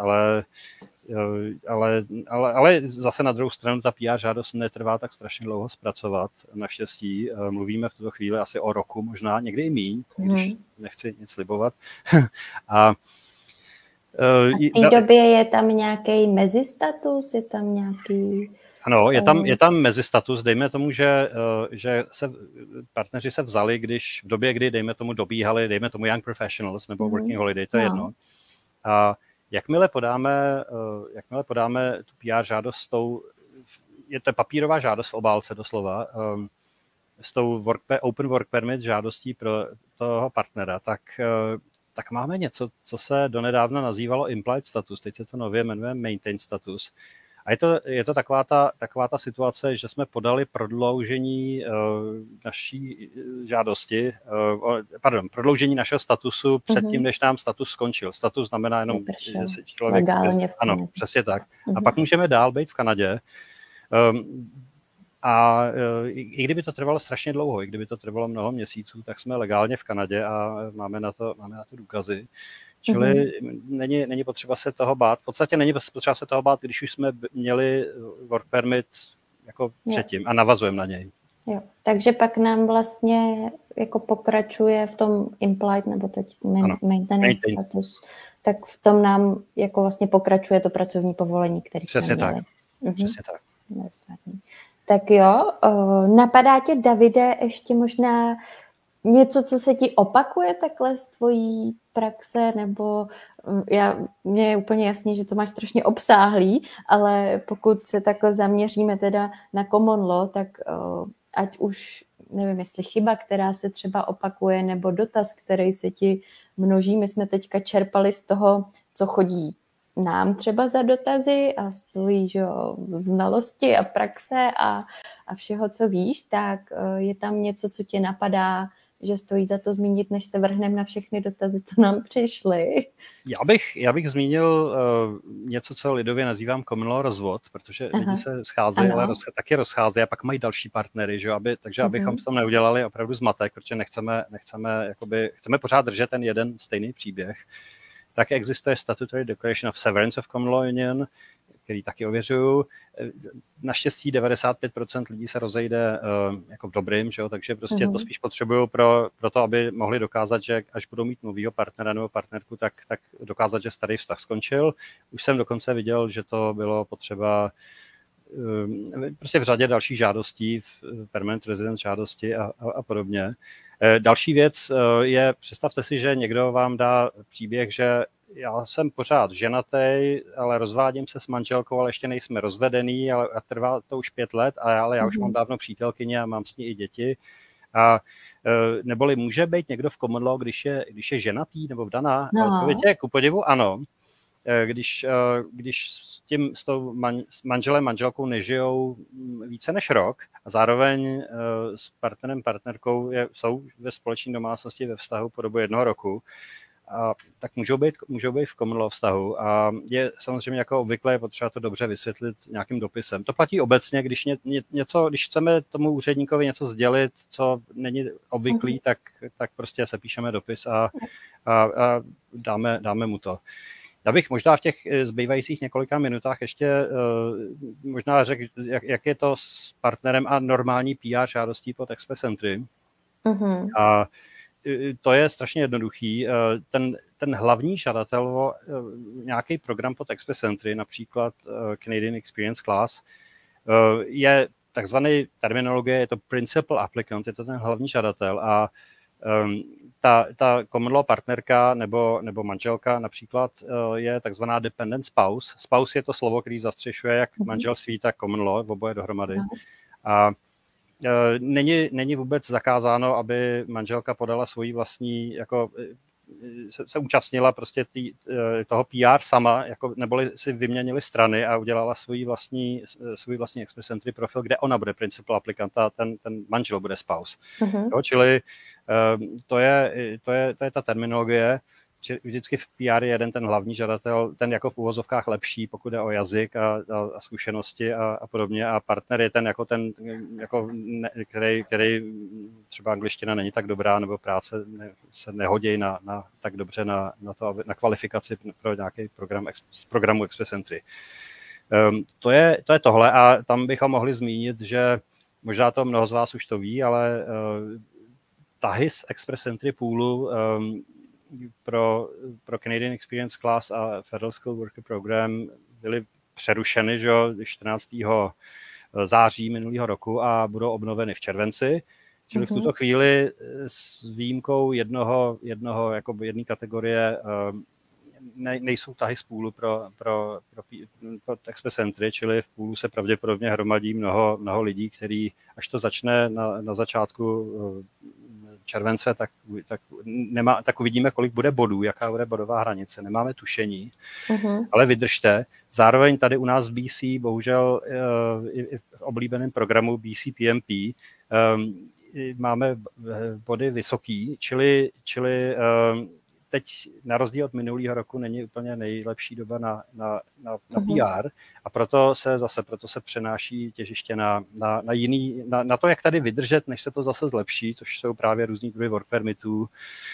ale zase na druhou stranu ta PR žádost netrvá tak strašně dlouho zpracovat, naštěstí. Mluvíme v tuto chvíli asi o roku, možná někdy i míň, když nechci nic slibovat. A v té době je tam nějaký mezistatus, je tam nějaký... Ano, je tam mezistatus, dejme tomu, že partneři se vzali, když v době, kdy, dejme tomu, dobíhali, dejme tomu Young Professionals nebo Working Holiday, to je jedno. A jakmile podáme tu PR žádost je to papírová žádost v obálce doslova, s tou Open Work Permit žádostí pro toho partnera, tak máme něco, co se donedávna nazývalo Implied Status, teď se to nově jmenuje Maintained Status. A je to taková ta situace, že jsme podali prodloužení naší žádosti, prodloužení našeho statusu předtím, než nám status skončil. Status znamená jenom, že si člověk... Ano, přesně tak. A pak můžeme dál být v Kanadě. A i kdyby to trvalo strašně dlouho, i kdyby to trvalo mnoho měsíců, tak jsme legálně v Kanadě a máme na to důkazy. Čili není potřeba se toho bát. V podstatě není potřeba se toho bát, když už jsme měli work permit jako předtím a navazujeme na něj. Jo. Takže pak nám vlastně jako pokračuje v tom implied, nebo teď maintenance status, tak v tom nám jako vlastně pokračuje to pracovní povolení, který jsme měli. Přesně tak. Tak jo, napadá tě, Davide, ještě možná něco, co se ti opakuje takhle z tvojí praxe, nebo mně je úplně jasný, že to máš strašně obsáhlý, ale pokud se takhle zaměříme teda na common law, tak ať už, nevím, jestli chyba, která se třeba opakuje, nebo dotaz, který se ti množí. My jsme teďka čerpali z toho, co chodí nám třeba za dotazy a z tvojí znalosti a praxe a všeho, co víš, tak je tam něco, co tě napadá, že stojí za to zmínit, než se vrhneme na všechny dotazy, co nám přišly. Já bych zmínil něco, co lidově nazývám common law rozvod, protože lidi se scházejí, ale taky rozcházejí a pak mají další partnery, že? Takže abychom v tom neudělali opravdu zmatek, protože chceme pořád držet ten jeden stejný příběh. Tak existuje Statutory Declaration of Severance of Common Law Union, který taky ověřuju. Naštěstí 95% lidí se rozejde jako v dobrým, že jo? Takže prostě to spíš potřebují pro to, aby mohli dokázat, že až budou mít novýho partnera nebo partnerku, tak dokázat, že starý vztah skončil. Už jsem dokonce viděl, že to bylo potřeba prostě v řadě dalších žádostí, v permanent residence žádosti a podobně. Další věc je, představte si, že někdo vám dá příběh, že já jsem pořád ženatý, ale rozvádím se s manželkou, ale ještě nejsme rozvedený, a trvá to už 5 let, ale já už mám dávno přítelkyně a mám s ní i děti. A neboli může být někdo v common law, když je ženatý nebo vdaná? Odpověď je ku podivu ano. Když s manželem, manželkou nežijou více než rok a zároveň s partnerem, partnerkou jsou ve společné domácnosti ve vztahu po dobu 1 roku, tak můžou být v common law vztahu. A je samozřejmě jako obvykle potřeba to dobře vysvětlit nějakým dopisem. To platí obecně, když chceme tomu úředníkovi něco sdělit, co není obvyklý, tak prostě sepíšeme dopis a dáme mu to. Já bych možná v těch zbývajících několika minutách ještě možná řekl, jak je to s partnerem a normální PR žádostí pod Express Entry. A to je strašně jednoduchý. Ten hlavní žadatel o nějaký program pod Express Entry, například Canadian Experience Class, je takzvaný terminologie, je to principal applicant, je to ten hlavní žadatel a ta common law partnerka nebo manželka například je takzvaná dependent spouse. Spouse je to slovo, který zastřešuje jak manželství, tak common law, oboje dohromady. A není vůbec zakázáno, aby manželka podala svoji vlastní, jako se účastnila prostě toho PR sama, jako, neboli si vyměnili strany a udělala svůj vlastní Express Entry profil, kde ona bude principal applicant a ten manžel bude spouse. Jo, čili to je ta terminologie. Vždycky v PR je jeden ten hlavní žadatel, ten jako v uvozovkách lepší, pokud je o jazyk a zkušenosti a podobně, a partner je ten, který třeba angličtina není tak dobrá, nebo práce se nehodí tak dobře na kvalifikaci pro nějaký program z programu Express Entry. To je tohle a tam bychom mohli zmínit, že možná to mnoho z vás už to ví, ale tahy z Express Entry poolu pro Canadian Experience Class a Federal Skilled Worker Program byly přerušeny, že 14. září minulého roku a budou obnoveny v červenci. Čili v tuto chvíli s výjimkou jedné kategorie nejsou tahy z poolu pro Express Entry, čili v poolu se pravděpodobně hromadí mnoho lidí, který až to začne na začátku července, tak uvidíme, kolik bude bodů, jaká bude bodová hranice. Nemáme tušení, ale vydržte. Zároveň tady u nás v BC, bohužel i v oblíbeném programu BC PMP, máme body vysoký, čili teď na rozdíl od minulého roku není úplně nejlepší doba na PR a proto se přenáší těžiště na to, jak tady vydržet, než se to zase zlepší, což jsou právě různý druhy work permitů,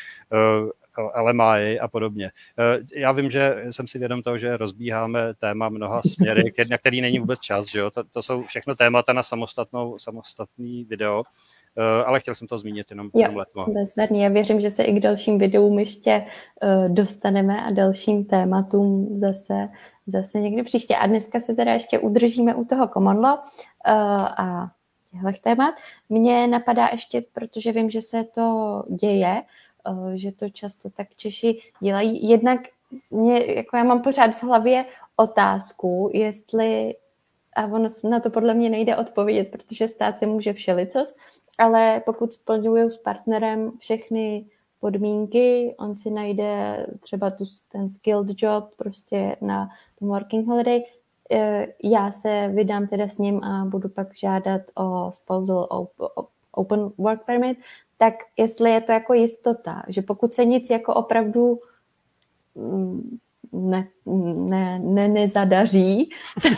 LMI a podobně. Já vím, že jsem si vědom toho, že rozbíháme téma mnoha směry, na který není vůbec čas, že jo? To jsou všechno témata na samostatný video, ale chtěl jsem to zmínit jenom letmo. Bezvadně. Já věřím, že se i k dalším videům ještě dostaneme a dalším tématům zase někdy příště. A dneska se teda ještě udržíme u toho common law a těchto témat. Mně napadá ještě, protože vím, že se to děje, že to často tak Češi dělají. Jednak já mám pořád v hlavě otázku, jestli, a ono na to podle mě nejde odpovědět, protože stát se může všelicos, ale pokud splňují s partnerem všechny podmínky, on si najde třeba ten skilled job prostě na tom working holiday, já se vydám teda s ním a budu pak žádat o spousal open work permit, tak jestli je to jako jistota, že pokud se nic jako opravdu nezadaří,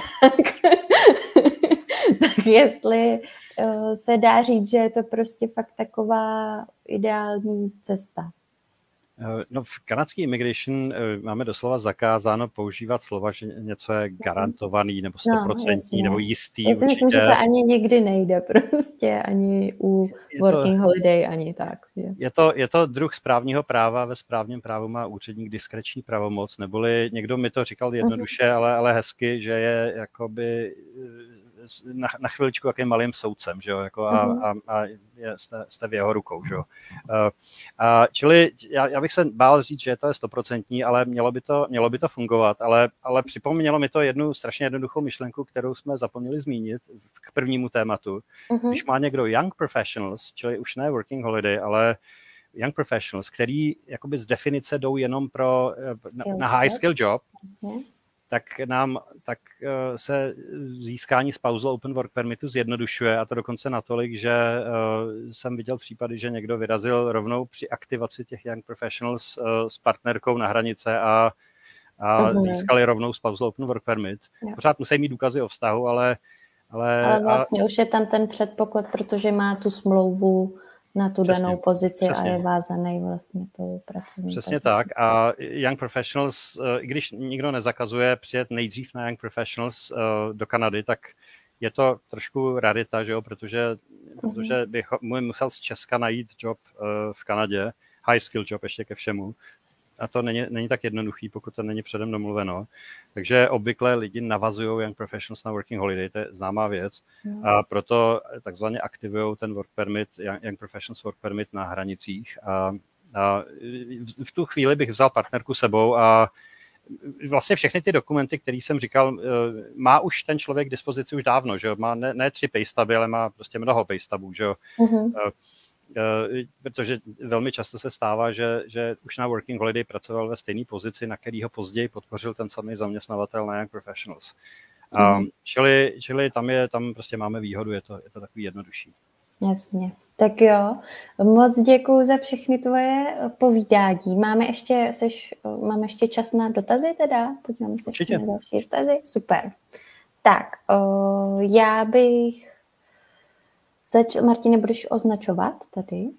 tak jestli se dá říct, že je to prostě fakt taková ideální cesta. No, v kanadské immigration máme doslova zakázáno používat slova, že něco je garantovaný nebo 100% nebo jistý. Já si myslím, že to ani nikdy nejde prostě, ani u working holiday, ani tak. Je to druh správního práva, ve správním právu má úředník diskreční pravomoc, neboli někdo mi to říkal jednoduše, ale hezky, že je jakoby na chviličku jakým malým soudcem, že jo, jako a jste v jeho rukou, že jo. Čili já bych se bál říct, že to je 100%, ale mělo by to fungovat, ale připomnělo mi to jednu strašně jednoduchou myšlenku, kterou jsme zapomněli zmínit k prvnímu tématu. Když má někdo young professionals, čili už ne working holiday, ale young professionals, který jakoby z definice jdou jenom na high skill job, tak se získání spousal open work permitu zjednodušuje, a to dokonce natolik, že jsem viděl případy, že někdo vyrazil rovnou při aktivaci těch young professionals s partnerkou na hranice a získali rovnou spousal open work permit. Pořád musí mít důkazy o vztahu, ale vlastně už je tam ten předpoklad, protože má tu smlouvu na tu danou pozici a je vázaný vlastně tou pracovní Přesně pozici. tak. A Young Professionals, i když nikdo nezakazuje přijet nejdřív na Young Professionals do Kanady, tak je to trošku rarita, že jo? Protože bych musel z Česka najít job v Kanadě, high skill job ještě ke všemu. a to není tak jednoduchý, pokud to není předem domluveno. Takže obvykle lidi navazují young professionals na working holiday, to je známá věc. A proto takzvaně aktivují ten work permit, young professionals work permit na hranicích. A v tu chvíli bych vzal partnerku sebou a vlastně všechny ty dokumenty, které jsem říkal, má už ten člověk k dispozici už dávno, že má ne 3 paystuby, ale má prostě mnoho paystubů, že protože velmi často se stává, že už na working holiday pracoval ve stejné pozici, na který ho později podpořil ten samý zaměstnavatel na young professionals. Čili tam prostě máme výhodu, je to takový jednodušší. Jasně. Tak jo, moc děkuju za všechny tvoje povídání. Máme ještě čas na dotazy teda? Podíváme se ještě na další dotazy. Super. Tak, já bych Martine, budeš označovat tady?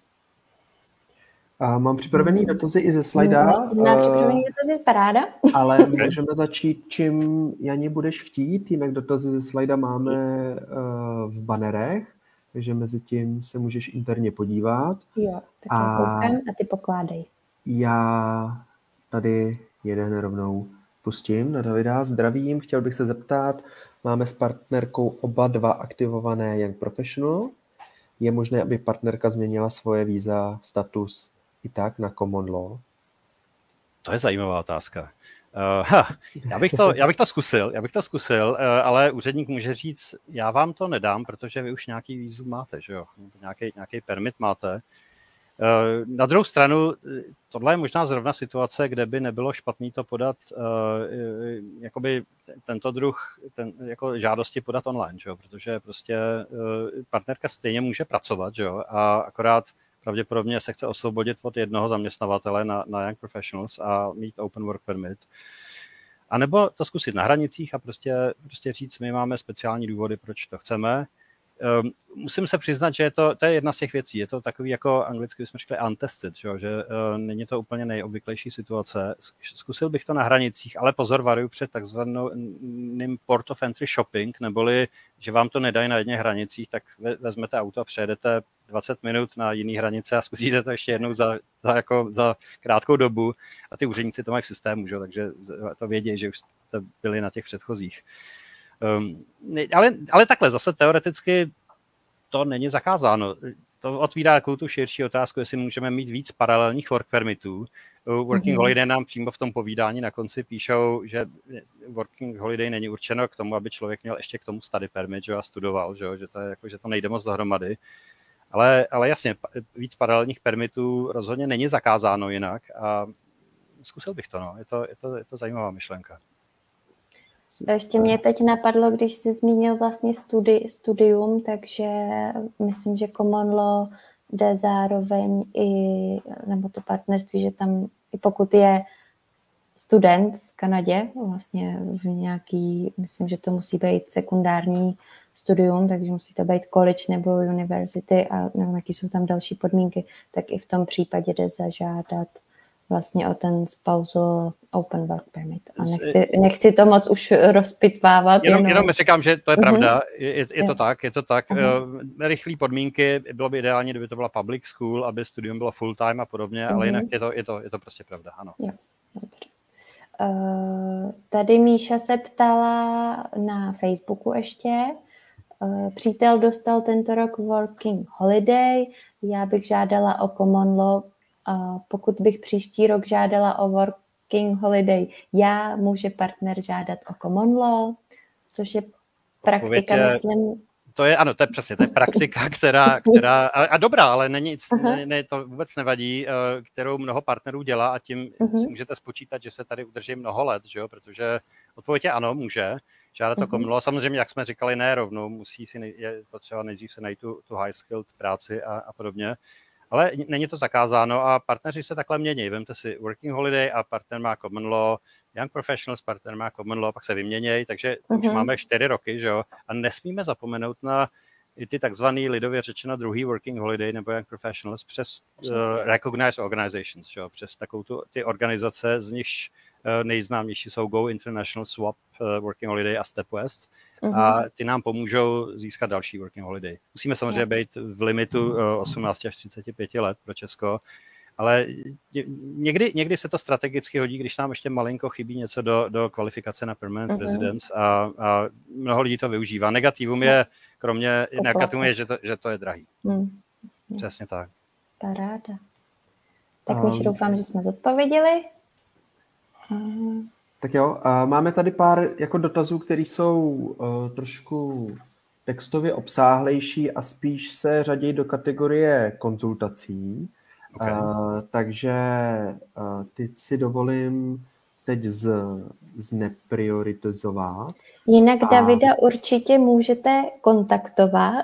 Mám připravený dotazy i ze slajda. Mám připravený dotazy, paráda. Ale můžeme začít, čím, Janě, budeš chtít. Jinak dotazy ze slajda máme v banerech, takže mezi tím se můžeš interně podívat. Jo, tak já koukám a ty pokládej. Já tady jeden rovnou pustím na Davida. Zdravím, chtěl bych se zeptat, máme s partnerkou oba 2 aktivované Young Professional. Je možné, aby partnerka změnila svoje víza status i tak na Common Law? To je zajímavá otázka. Já bych to zkusil, ale úředník může říct, já vám to nedám, protože vy už nějaký vízum máte, že jo? Nějaký permit máte. Na druhou stranu, tohle je možná zrovna situace, kde by nebylo špatný to podat, jakoby tento druh jako žádosti podat online, že jo? Protože prostě partnerka stejně může pracovat, že jo? A akorát pravděpodobně se chce osvobodit od jednoho zaměstnavatele na Young Professionals a mít Open Work Permit. A nebo to zkusit na hranicích a prostě říct, my máme speciální důvody, proč to chceme. Musím se přiznat, že to je jedna z těch věcí. Je to takový, jako anglicky bychom řekli untested, že není to úplně nejobvyklejší situace. Zkusil bych to na hranicích, ale pozor, varuju před takzvaným port of entry shopping, neboli, že vám to nedají na jedné hranicích, tak vezmete auto a přejedete 20 minut na jiný hranice a zkusíte to ještě jednou za krátkou dobu a ty úředníci to mají v systému, že? Takže to vědí, že už jste byli na těch předchozích. Ale takhle, zase teoreticky to není zakázáno. To otvírá takovou tu širší otázku, jestli můžeme mít víc paralelních work permitů. Working holiday nám přímo v tom povídání na konci píšou, že working holiday není určeno k tomu, aby člověk měl ještě k tomu study permit, že a studoval, že to nejde moc dohromady. Ale jasně, víc paralelních permitů rozhodně není zakázáno jinak a zkusil bych to, no. Je to zajímavá myšlenka. Ještě mě teď napadlo, když jsi zmínil vlastně studium, takže myslím, že Common Law jde zároveň nebo to partnerství, že tam, i pokud je student v Kanadě, vlastně v nějaký, myslím, že to musí být sekundární studium, takže musí to být college nebo university a nebo jaký jsou tam další podmínky, tak i v tom případě jde zažádat vlastně o ten spousal open work permit. A nechci to moc už rozpitvávat. Jenom říkám, že to je pravda. Je to tak. Rychlé podmínky, bylo by ideální, kdyby to byla public school, aby studium bylo full time a podobně, ale jinak je to prostě pravda, ano. Jo, dobře. Tady Míša se ptala na Facebooku ještě. Přítel dostal tento rok working holiday, já bych žádala o common law. Pokud bych příští rok žádala o working holiday, může partner žádat o common law, což je praktika, myslím. To je přesně, to je praktika, která a dobrá, ale to vůbec nevadí, kterou mnoho partnerů dělá a tím si můžete spočítat, že se tady udrží mnoho let, že jo? Protože odpověď je ano, může žádat o common law. Samozřejmě, jak jsme říkali, ne rovnou, je potřeba nejdřív se najít tu high skilled práci a podobně. Ale není to zakázáno a partneři se takhle mění. Vemte si working holiday a partner má common law, young professionals, partner má common law, pak se vyměnějí, takže už máme 4 roky, že jo? A nesmíme zapomenout na ty takzvaný lidově řečeno druhý working holiday nebo young professionals přes recognized organizations, že jo? Přes takovou ty organizace, z nichž nejznámější jsou Go International, Swap, Working Holiday a Step West. A ty nám pomůžou získat další working holiday. Musíme samozřejmě být v limitu 18 až 35 let pro Česko, ale někdy se to strategicky hodí, když nám ještě malinko chybí něco do kvalifikace na permanent residence a mnoho lidí to využívá. Negativum je, že to je drahý. Přesně tak. Paráda. Tak Míši, doufám, že jsme zodpověděli. Tak jo, máme tady pár jako dotazů, které jsou trošku textově obsáhlejší a spíš se řadí do kategorie konzultací. Okay. Takže ty si dovolím teď zneprioritizovat. Jinak Davida určitě můžete kontaktovat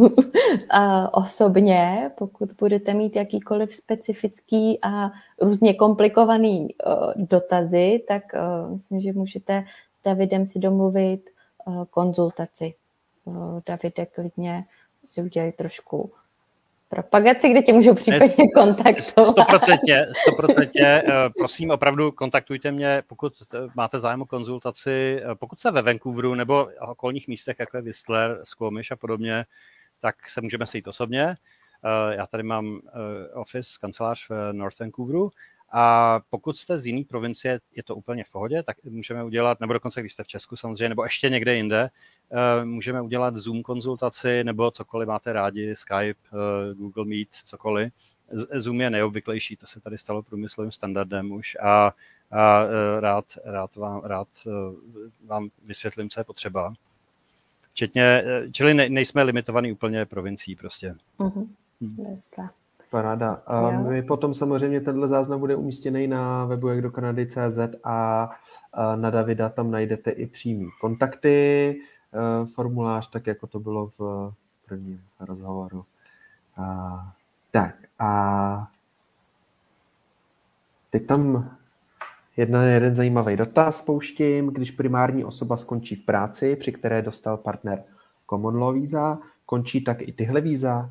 osobně, pokud budete mít jakýkoliv specifický a různě komplikovaný dotazy, tak myslím, že můžete s Davidem si domluvit konzultaci. Davide, klidně si udělají trošku propagaci, kde tě můžu případně kontaktovat. 100%. Prosím, opravdu kontaktujte mě, pokud máte zájem o konzultaci. Pokud jste ve Vancouveru nebo okolních místech, jako je Whistler, Squamish a podobně, tak se můžeme sejít osobně. Já tady mám office, kancelář v North Vancouveru. A pokud jste z jiné provincie, je to úplně v pohodě, tak můžeme udělat, nebo dokonce když jste v Česku samozřejmě, nebo ještě někde jinde, můžeme udělat Zoom konzultaci, nebo cokoliv máte rádi, Skype, Google Meet, cokoliv. Zoom je nejobvyklejší, to se tady stalo průmyslovým standardem už a rád vám vysvětlím, co je potřeba. Čili nejsme limitovaní úplně provincií prostě. Paráda. My potom samozřejmě tenhle záznam bude umístěný na webu jakdokanady.cz a na Davida tam najdete i přímý kontakty, formulář, tak jako to bylo v prvním rozhovoru. Tak a teď tam jeden zajímavý dotaz pouštím. Když primární osoba skončí v práci, při které dostal partner common law víza, končí tak i tyhle víza?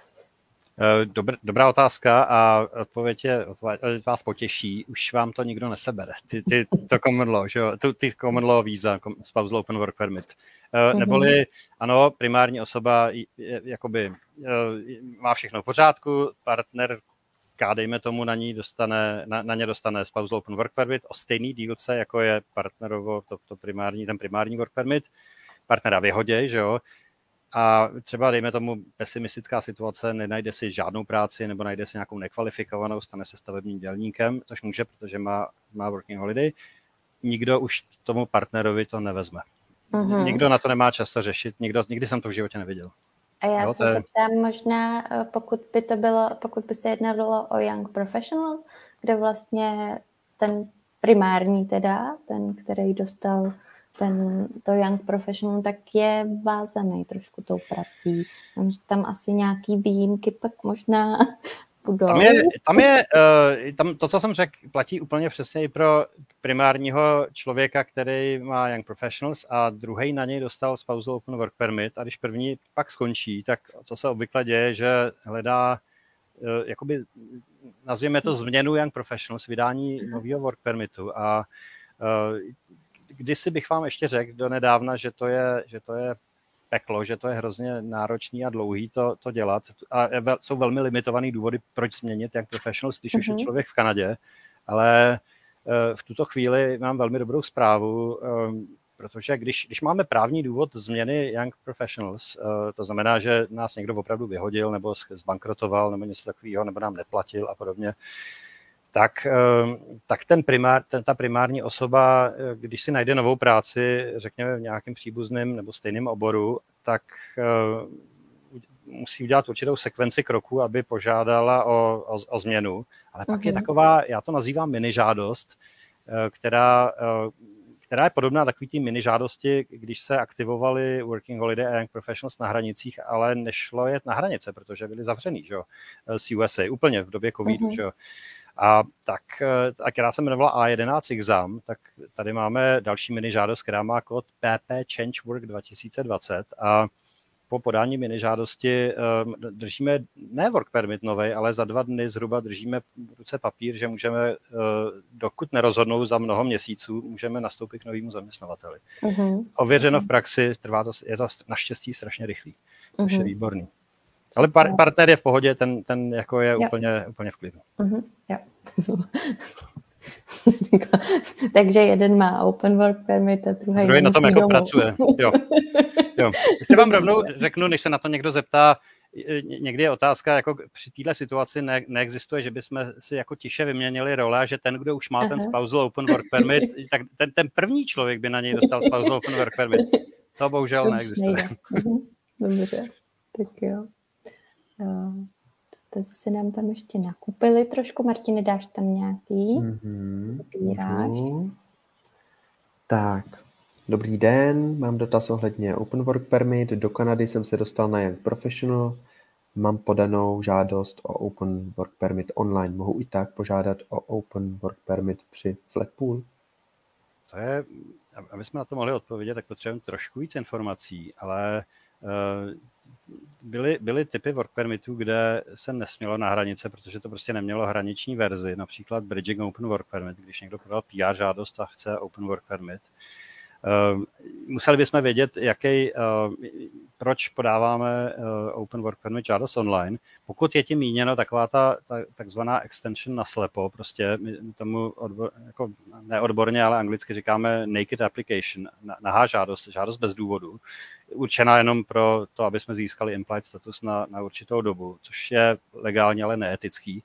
Dobrá otázka a odpověď vás potěší, už vám to nikdo nesebere. To common law, že jo? Ty common law víza, spousal open work permit. Neboli ano, primární osoba jakoby má všechno v pořádku, partner, dejme tomu, na ně dostane spousal open work permit o stejný dílce, jako je partnerovo ten primární work permit, partnera vyhoděj, že jo? A třeba, dejme tomu, pesimistická situace, nenajde si žádnou práci nebo najde si nějakou nekvalifikovanou, stane se stavebním dělníkem, což může, protože má working holiday, nikdo už tomu partnerovi to nevezme. Nikdo na to nemá čas to řešit, nikdy jsem to v životě neviděl. A já se zeptám možná, pokud by se jednalo o young professional, kde vlastně ten primární teda, ten, který dostal to young professional, tak je vázaný trošku tou prací. Tam asi nějaký výjimky pak možná budou. Tam to, co jsem řekl, platí úplně přesně i pro primárního člověka, který má young professionals a druhý na něj dostal spousal open work permit a když první pak skončí, tak co se obvykle děje, že hledá jakoby, nazvěme to změnu young professionals, vydání nového work permitu a kdysi bych vám ještě řekl donedávna, že to je peklo, že to je hrozně náročný a dlouhý to dělat. A jsou velmi limitované důvody, proč změnit young professionals, když už je člověk v Kanadě. Ale v tuto chvíli mám velmi dobrou zprávu, protože když máme právní důvod změny young professionals, to znamená, že nás někdo opravdu vyhodil nebo zbankrotoval nebo něco takového, nebo nám neplatil a podobně, tak ta primární osoba, když si najde novou práci, řekněme v nějakém příbuzném nebo stejném oboru, tak musí udělat určitou sekvenci kroků, aby požádala o změnu. Ale pak je taková, já to nazývám minižádost, která je podobná takový té minižádosti, když se aktivovaly working holiday a young professionals na hranicích, ale nešlo jet na hranice, protože byly zavřený, že jo, z USA, úplně v době covidu, že jo. A která se jmenovala A11 exam, tak tady máme další minižádost, která má kód PP Change Work 2020 a po podání minižádosti držíme ne work permit novej, ale za 2 dny zhruba držíme v ruce papír, že můžeme, dokud nerozhodnou za mnoho měsíců, můžeme nastoupit k novému zaměstnavateli. Ověřeno v praxi, je to naštěstí strašně rychlý, což je výborný. Ale partner je v pohodě, ten jako je úplně v klidu. Jo. Takže jeden má open work permit a druhý na tom jako domů. Pracuje. Jo. Ještě vám rovnou řeknu, než se na to někdo zeptá, někdy je otázka, jako při této situaci neexistuje, že bychom si jako tiše vyměnili role a že ten, kdo už má ten spousal open work permit, tak ten první člověk by na něj dostal spousal open work permit. To bohužel neexistuje. Dobře, tak jo. To si nám tam ještě nakupili trošku. Martine, dáš tam nějaký? Tak, dobrý den, mám dotaz ohledně Open Work Permit. Do Kanady jsem se dostal na Young Professional. Mám podanou žádost o Open Work Permit online. Mohu i tak požádat o Open Work Permit při Flagpool? To je, aby jsme na to mohli odpovědět, tak potřebujeme trošku víc informací, ale byly typy work permitů, kde se nesmělo na hranice, protože to prostě nemělo hraniční verzi, například Bridging Open Work Permit, když někdo podal PR žádost a chce Open Work Permit. Museli bychom vědět, proč podáváme Open Work Permit žádost online. Pokud je tím míněno taková ta takzvaná extension naslepo, prostě my tomu jako neodborně, ale anglicky říkáme naked application, nahá žádost bez důvodu, určená jenom pro to, aby jsme získali implied status na určitou dobu, což je legálně, ale neetický,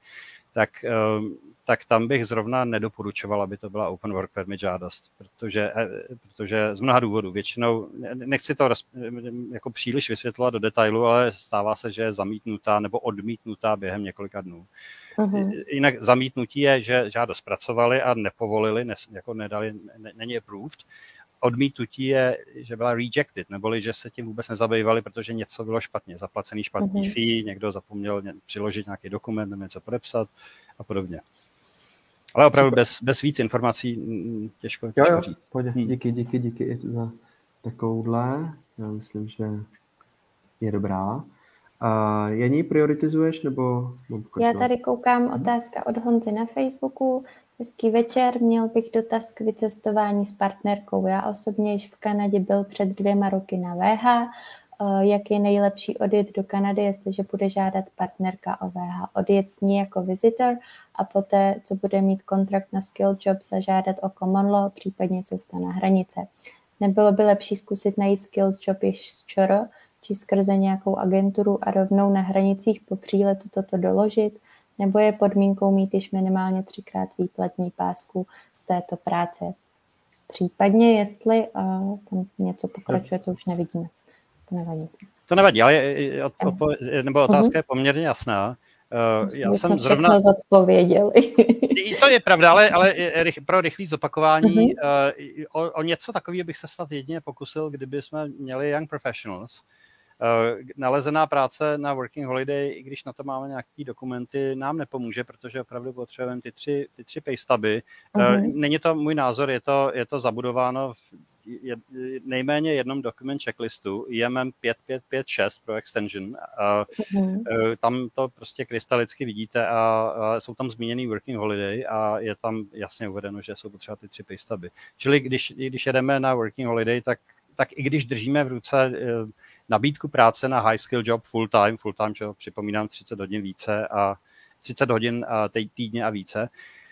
tak tam bych zrovna nedoporučoval, aby to byla Open Work Permit žádost, protože z mnoha důvodů. Většinou, nechci to jako příliš vysvětlovat do detailu, ale stává se, že je zamítnutá nebo odmítnutá během několika dnů. Jinak zamítnutí je, že žádost zpracovali a nepovolili, jako nedali, není approved. Odmítnutí je, že byla rejected, neboli že se tím vůbec nezabývali, protože něco bylo špatně, zaplacený špatný fee, někdo zapomněl přiložit nějaký dokument nebo něco podepsat a podobně. Ale opravdu bez víc informací těžko říct. Díky za takovouhle. Já myslím, že je dobrá. Janí prioritizuješ, nebo... Já tady koukám otázka od Honzy na Facebooku. Hezký večer, měl bych dotaz k vycestování s partnerkou. Já osobně již v Kanadě byl před 2 roky na VH. Jak je nejlepší odjet do Kanady, jestliže bude žádat partnerka o VH? Odjet s ní jako visitor a poté, co bude mít kontrakt na skill job, zažádat o common law, případně cesta na hranice. Nebylo by lepší zkusit najít skill job již z ČR, či skrze nějakou agenturu a rovnou na hranicích po příletu toto doložit, nebo je podmínkou mít již minimálně 3x výplatní pásku z této práce. Případně, jestli tam něco pokračuje, co už nevidíme. To nevadí. To nevadí, ale otázka je poměrně jasná. Já jsem zrovna zodpověděli. To je pravda, ale pro rychlé zopakování o něco takového bych se snad jedině pokusil, kdyby jsme měli Young Professionals. Nalezená práce na Working Holiday, i když na to máme nějaké dokumenty, nám nepomůže, protože opravdu potřebujeme ty tři pay stubby. Není to můj názor, je to zabudováno v nejméně jednom dokument checklistu IMM 5556 pro extension. Tam to prostě krystalicky vidíte a jsou tam zmíněný Working Holiday a je tam jasně uvedeno, že jsou potřeba ty 3 pay stubby. Čili když jedeme na Working Holiday, tak i když držíme v ruce nabídku práce na high skill job full time, že připomínám 30 hodin více a 30 hodin týdně a více,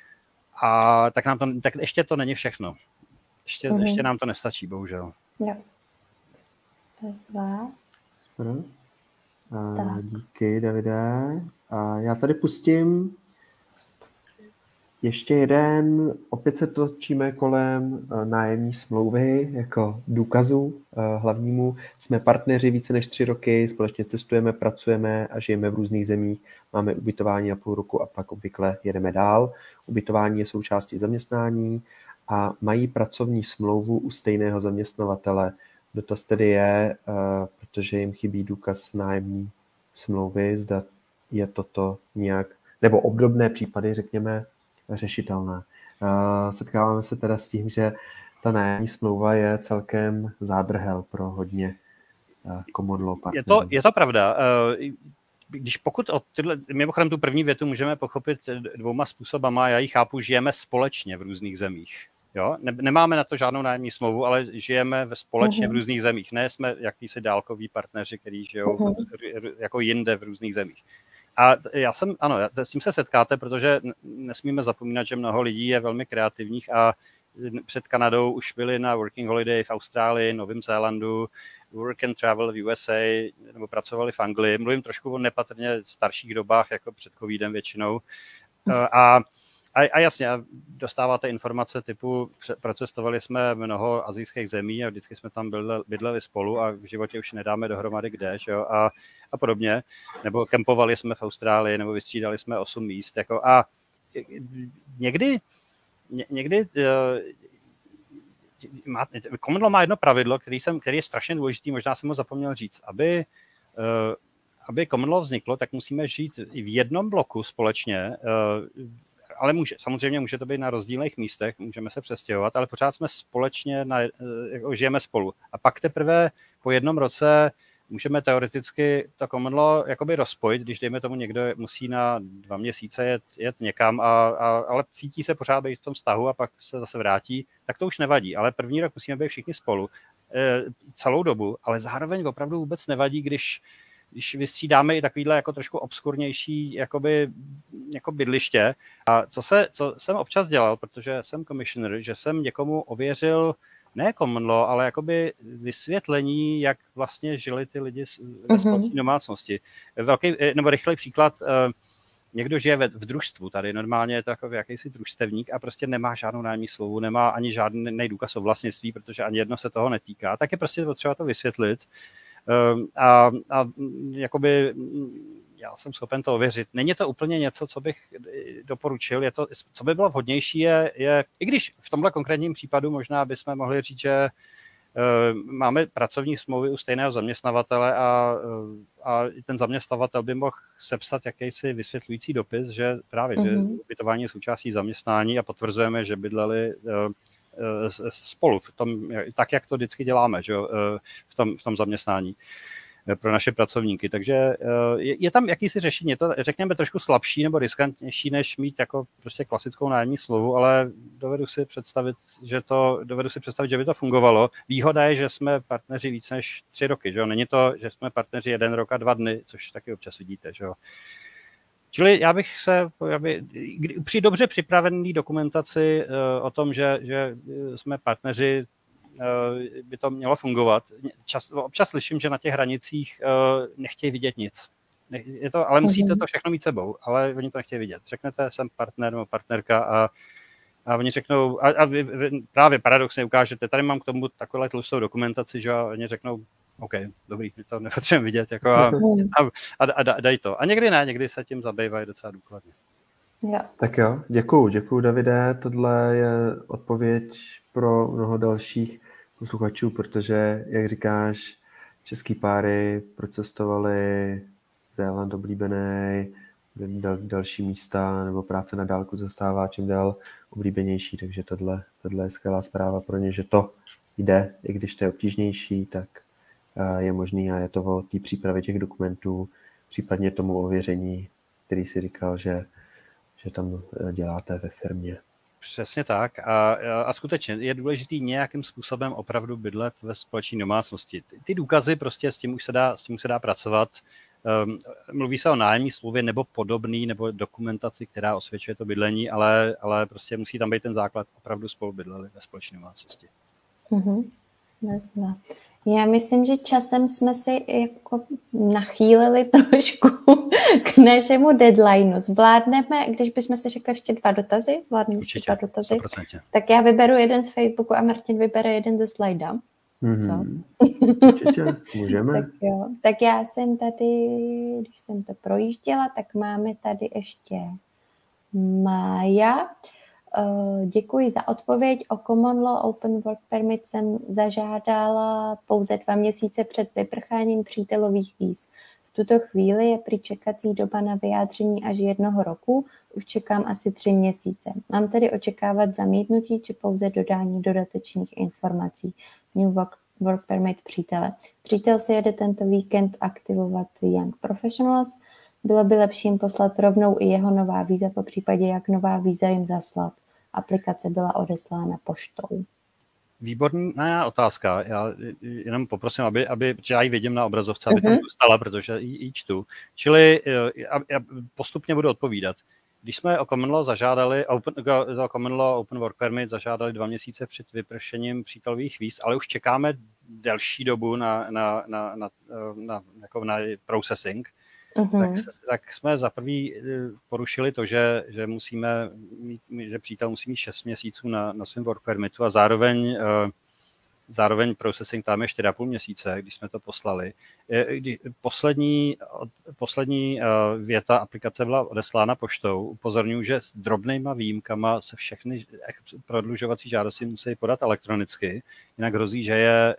a tak ještě to není všechno. Ještě nám to nestačí, bohužel. Jo. Super. Díky, Davide. Já tady pustím ještě jeden. Opět se točíme kolem nájemní smlouvy jako důkazu hlavnímu. Jsme partneři více než 3 roky, společně cestujeme, pracujeme a žijeme v různých zemích. Máme ubytování na půl roku a pak obvykle jedeme dál. Ubytování je součástí zaměstnání a mají pracovní smlouvu u stejného zaměstnavatele. Dotaz tedy je, protože jim chybí důkaz nájemní smlouvy, zda je toto nějak, nebo obdobné případy, řekněme, řešitelné. Setkáváme se teda s tím, že ta nájemní smlouva je celkem zádrhel pro hodně common law partnerů. Je to pravda. Pokud mimochodem tu první větu můžeme pochopit 2 způsobama, já ji chápu, žijeme společně v různých zemích. Jo? Nemáme na to žádnou nájemní smlouvu, ale žijeme společně v různých zemích. Ne jsme jakýsi dálkoví partneři, kteří žijou jako jinde v různých zemích. A s tím se setkáte, protože nesmíme zapomínat, že mnoho lidí je velmi kreativních a před Kanadou už byli na working holiday v Austrálii, Novém Zélandu, work and travel v USA, nebo pracovali v Anglii. Mluvím trošku o nepatrně starších dobách, jako před covidem většinou. A jasně, dostáváte informace typu, procestovali jsme mnoho asijských zemí a vždycky jsme tam bydleli spolu a v životě už nedáme dohromady kde, že jo, a podobně. Nebo kempovali jsme v Austrálii, nebo vystřídali jsme 8 míst. Jako, a někdy Common Law má jedno pravidlo, který je strašně důležitý, možná jsem ho zapomněl říct, aby Common Law vzniklo, tak musíme žít i v jednom bloku společně, ale samozřejmě může to být na rozdílných místech, můžeme se přestěhovat, ale pořád jsme společně, žijeme spolu. A pak teprve po jednom roce můžeme teoreticky to Common Law jakoby rozpojit, když dejme tomu někdo musí na 2 měsíce jet někam, ale cítí se pořád být v tom vztahu a pak se zase vrátí, tak to už nevadí. Ale první rok musíme být všichni spolu celou dobu, ale zároveň opravdu vůbec nevadí, když vystřídáme i takovýhle jako trošku obskurnější jako bydliště. A co jsem občas dělal, protože jsem commissioner, že jsem někomu ověřil ne common law, ale jakoby vysvětlení, jak vlastně žili ty lidi ve společné domácnosti. Rychlej příklad, někdo žije v družstvu, tady normálně je to jako jakýsi družstevník a prostě nemá žádnou nájemní smlouvu, nemá ani žádný důkaz o vlastnictví, protože ani jedno se toho netýká, tak je prostě potřeba to vysvětlit. A jakoby já jsem schopen to ověřit. Není to úplně něco, co bych doporučil. Co by bylo vhodnější, je i když v tomhle konkrétním případu možná bychom mohli říct, že máme pracovní smlouvy u stejného zaměstnavatele a ten zaměstnavatel by mohl sepsat jakýsi vysvětlující dopis, že právě že ubytování je součástí zaměstnání a potvrzujeme, že bydleli spolu, tak jak to vždycky děláme, že jo, v tom zaměstnání pro naše pracovníky. Takže je tam jakýsi řešení, je to řekněme trošku slabší nebo riskantnější, než mít jako prostě klasickou nájemní smlouvu, ale dovedu si představit, že by to fungovalo. Výhoda je, že jsme partneři více než 3 roky, že jo? Není to, že jsme partneři 1 rok a 2 dny, což taky občas vidíte, že jo. Čili já bych při dobře připravené dokumentaci o tom, že jsme partneři, by to mělo fungovat. Občas slyším, že na těch hranicích nechtějí vidět nic. Ale musíte to všechno mít sebou, ale oni to nechtějí vidět. Řeknete, jsem partner nebo partnerka a oni řeknou, a vy právě paradoxně ukážete, tady mám k tomu takovou tlustou dokumentaci, že oni řeknou, OK, dobrý, my to nepotřebujeme vidět, jako a daj to. A někdy ne, někdy se tím zabývají docela důkladně. Jo. Tak jo, děkuju Davide, tohle je odpověď pro mnoho dalších posluchačů, protože, jak říkáš, český páry procestovali Zéland oblíbený, další místa nebo práce na dálku se stává čím dál oblíbenější, takže tohle je skvělá zpráva pro ně, že to jde, i když to je obtížnější, tak je možný a je to o té přípravě těch dokumentů, případně tomu ověření, který si říkal, že tam děláte ve firmě. Přesně tak. A skutečně je důležitý nějakým způsobem opravdu bydlet ve společné domácnosti. Ty důkazy prostě s tím se dá pracovat. Mluví se o nájemní smlouvě nebo podobný, nebo dokumentaci, která osvědčuje to bydlení, ale prostě musí tam být ten základ, opravdu spolu bydleli ve společné domácnosti. Já myslím, že časem jsme si jako nachýlili trošku k našemu deadlineu. Zvládneme, když bychom si řekli ještě 2 dotazy, Určitě, 2 dotazy, 100%. tak já vyberu jeden z Facebooku a Martin vybere jeden ze slajda. Co? Určitě, můžeme. Tak jo, tak já jsem tady, když jsem to projížděla, tak máme tady ještě Mája. Děkuji za odpověď. O Common Law Open Work Permit jsem zažádala pouze 2 měsíce před vyprcháním přítelových víz. V tuto chvíli je prý čekací doba na vyjádření až 1 roku. Už čekám asi 3 měsíce. Mám tedy očekávat zamítnutí či pouze dodání dodatečných informací. New Work Permit přítele. Přítel si jede tento víkend aktivovat Young Professionals. Bylo by lepší jim poslat rovnou i jeho nová víza, po případě jak nová víza jim zaslat. aplikace byla odeslána poštou. Výborná otázka. Já jenom poprosím, protože já ji vidím na obrazovce, aby tam zůstala, protože ji čtu. Čili já postupně budu odpovídat. Když jsme o Common Law zažádali, Common Law Open Work Permit zažádali 2 měsíce před vypršením příkalových víz, ale už čekáme delší dobu na processing, tak jsme za prvý porušili to, že že přítel musí mít 6 měsíců na svém work permitu a zároveň processing tam je 4,5 měsíce, když jsme to poslali. Poslední věta aplikace byla odeslána poštou. Upozorňuji, že s drobnýma výjimkama se všechny prodlužovací žádosti musí podat elektronicky, jinak hrozí, že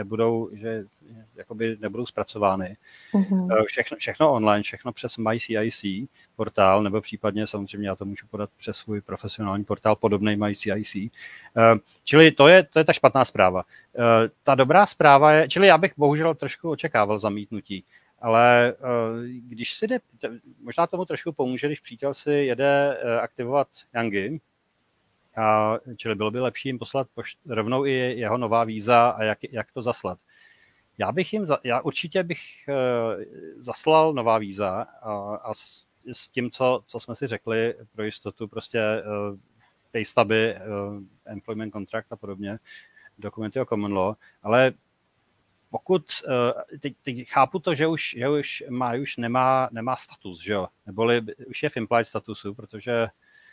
nebudou zpracovány. Všechno online, všechno přes MyCIC portál, nebo případně samozřejmě já to můžu podat přes svůj profesionální portál podobný MyCIC. Čili to je ta špatná zpráva. Ta dobrá zpráva je, čili já bych bohužel trošku očekával zamítnutí, ale když si jde, možná tomu trošku pomůže, když přítel si jede aktivovat Yangi, čili bylo by lepší jim poslat rovnou i jeho nová víza a jak to zaslat. Já určitě bych zaslal nová víza a s tím, co jsme si řekli pro jistotu, prostě pay stubby, employment contract a podobně, dokumenty o common law, ale pokud teď chápu to, že už nemá status, že jo? Neboli už je v implied statusu, protože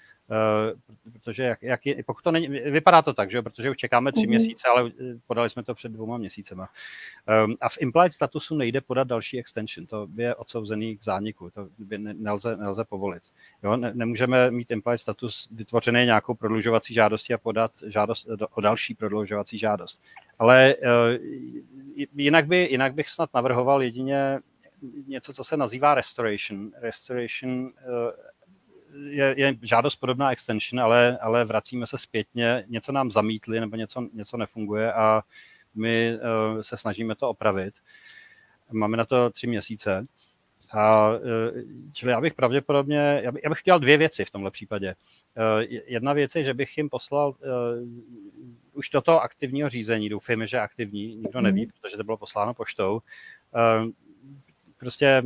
pokud to není, vypadá to tak, že jo? Protože už čekáme 3 měsíce, ale podali jsme to před 2 měsícema. A v implied statusu nejde podat další extension, to je odsouzený k zániku, to by nelze povolit. Jo? Nemůžeme mít implied status vytvořený nějakou prodlužovací žádostí a podat žádost o další prodlužovací žádost. Ale jinak bych snad navrhoval jedině něco, co se nazývá restoration. Restoration je žádost podobná extension, ale vracíme se zpětně, něco nám zamítli nebo něco nefunguje a my se snažíme to opravit. Máme na to 3 měsíce. Čili já bych pravděpodobně, já bych dělal 2 věci v tomhle případě. Jedna věc je, že bych jim poslal už do toho aktivního řízení, doufejme, že aktivní, nikdo neví, protože to bylo posláno poštou. Prostě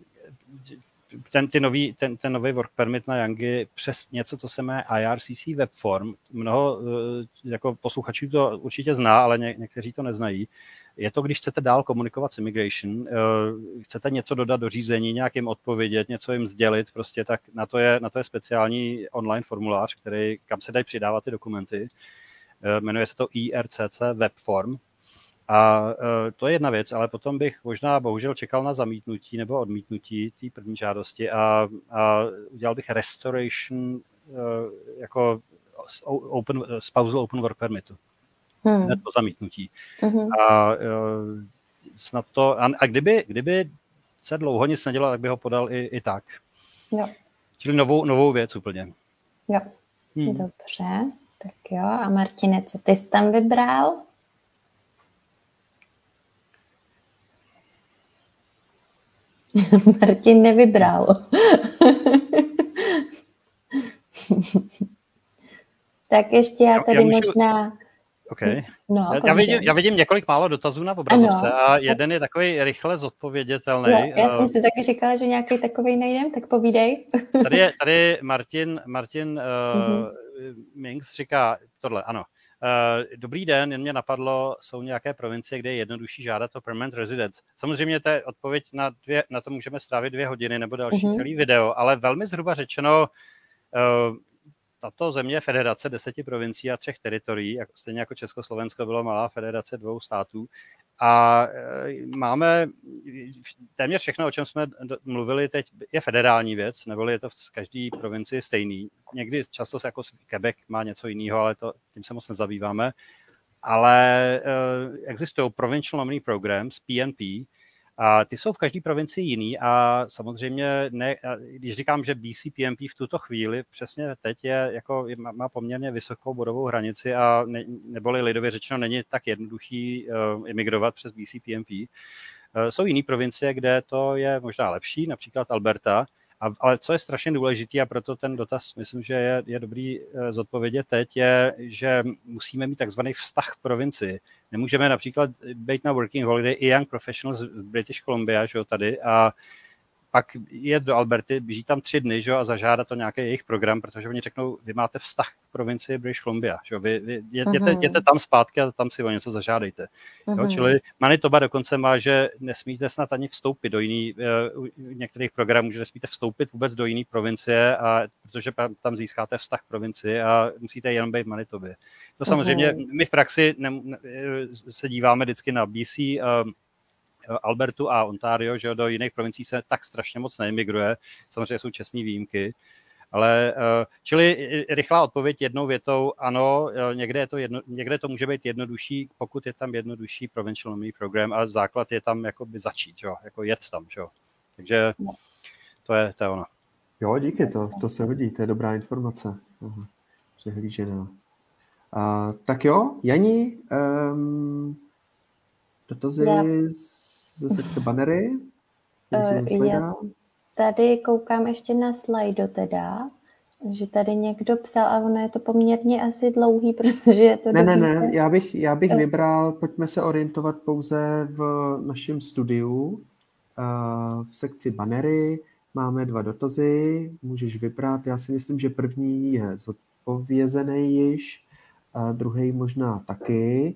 ten nový work permit na Yangi přes něco, co se jmenuje IRCC webform. Mnoho jako posluchačů to určitě zná, ale někteří to neznají. Je to, když chcete dál komunikovat s immigration, chcete něco dodat do řízení, nějak jim odpovědět, něco jim sdělit, prostě tak na to je speciální online formulář, kam se dají přidávat ty dokumenty. Jmenuje se to IRCC webform. A to je jedna věc, ale potom bych možná bohužel čekal na zamítnutí nebo odmítnutí té první žádosti a udělal bych restoration jako spousal open work permitu. Hned po zamítnutí. A snad to, a kdyby se dlouho nic nedělal, tak by ho podal i tak. Jo. Čili novou věc úplně. Jo, dobře. Tak jo, a Martine, co ty jsi tam vybral? Martin nevybral. Tak ještě já tady možná... Okay. No, já vidím několik málo dotazů na obrazovce a jeden je takový rychle zodpověditelný. Jo, já jsem si taky říkala, že nějaký takovej najdem, tak povídej. Tady Martin Minks říká tohle, ano. Dobrý den, jen mě napadlo, jsou nějaké provincie, kde je jednodušší žádat o permanent residence. Samozřejmě to je odpověď na to můžeme strávit 2 hodiny nebo další celý video, ale velmi zhruba řečeno, tato země je federace 10 provincií a 3 teritorií, stejně jako Československo bylo malá federace 2 států. A máme téměř všechno, o čem jsme mluvili teď, je federální věc, neboli je to v každé provincii stejný. Někdy často jako Quebec má něco jiného, ale tím se moc nezabýváme. Ale existují Provincial Nominee Programs, PNP, a ty jsou v každé provincii jiný a samozřejmě, když říkám, že BCPMP v tuto chvíli, přesně teď má poměrně vysokou bodovou hranici a neboli lidově řečeno není tak jednoduchý imigrovat přes BCPMP. Jsou jiné provincie, kde to je možná lepší, například Alberta, Ale co je strašně důležitý a proto ten dotaz, myslím, že je dobrý zodpovědět teď, je, že musíme mít takzvaný vztah k provincii. Nemůžeme například být na working holiday i young professionals z British Columbia, že jo, tady, a pak jet do Alberty, žít tam 3 dny, že, a zažádat to nějaký jejich program, protože oni řeknou, vy máte vztah k provincii British Columbia, že, vy jděte tam zpátky a tam si o něco zažádejte. Jo, čili Manitoba dokonce má, že nesmíte snad ani vstoupit do jiný, některých programů, že nesmíte vstoupit vůbec do jiné provincie, protože tam získáte vztah k provincii a musíte jenom být v Manitobě. To samozřejmě, my v praxi se díváme vždycky na BC, Albertu a Ontario, že do jiných provincií se tak strašně moc neemigruje. Samozřejmě jsou čestné výjimky. Ale čili rychlá odpověď jednou větou, ano, někde to může být jednodušší, pokud je tam jednodušší provincial nominee program a základ je tam jakoby začít, jo, jako jet tam, jo. Takže to je ono. Jo, díky, to se hodí, to je dobrá informace. Aha, přehlížená. Tak jo, Jani, dotazy ze sekce bannery? Já tady koukám ještě na slajdo teda, že tady někdo psal, a ono je to poměrně asi dlouhý, protože je to Ne, já bych vybral, pojďme se orientovat pouze v našem studiu, v sekci bannery, máme 2 dotazy, můžeš vybrat, já si myslím, že první je zodpovězený již, a druhý možná taky.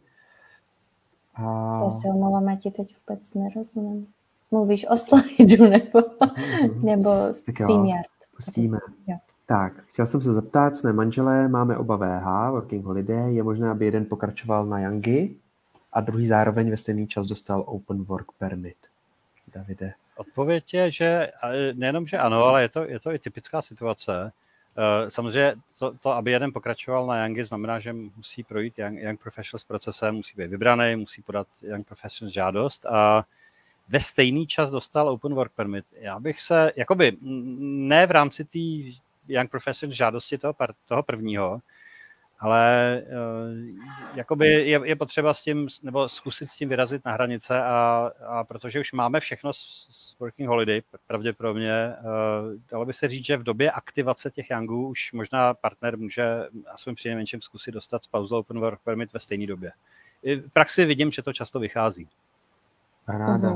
To se omlouvám, já ti teď vůbec nerozumím. Mluvíš o slajdu nebo StreamYard? Pustíme. Tak, chtěl jsem se zeptat, jsme manželé, máme oba VH, Working Holiday, je možné, aby jeden pokračoval na Youngy a druhý zároveň ve stejný čas dostal Open Work Permit. Davide. Odpověď je, že nejenom, že ano, ale je to i typická situace. Samozřejmě to, aby jeden pokračoval na Youngy, znamená, že musí projít Young Professionals procesem, musí být vybraný, musí podat Young Professionals žádost a ve stejný čas dostal Open Work Permit. Já bych se, jakoby, ne v rámci té Young Professionals žádosti toho prvního, ale jakoby je potřeba s tím, nebo zkusit s tím vyrazit na hranice a protože už máme všechno s Working Holiday, pravděpodobně, dalo by se říct, že v době aktivace těch Youngů už možná partner může aspoň při nejmenším zkusit dostat spousal Open Work Permit ve stejné době. V praxi vidím, že to často vychází. Ráda.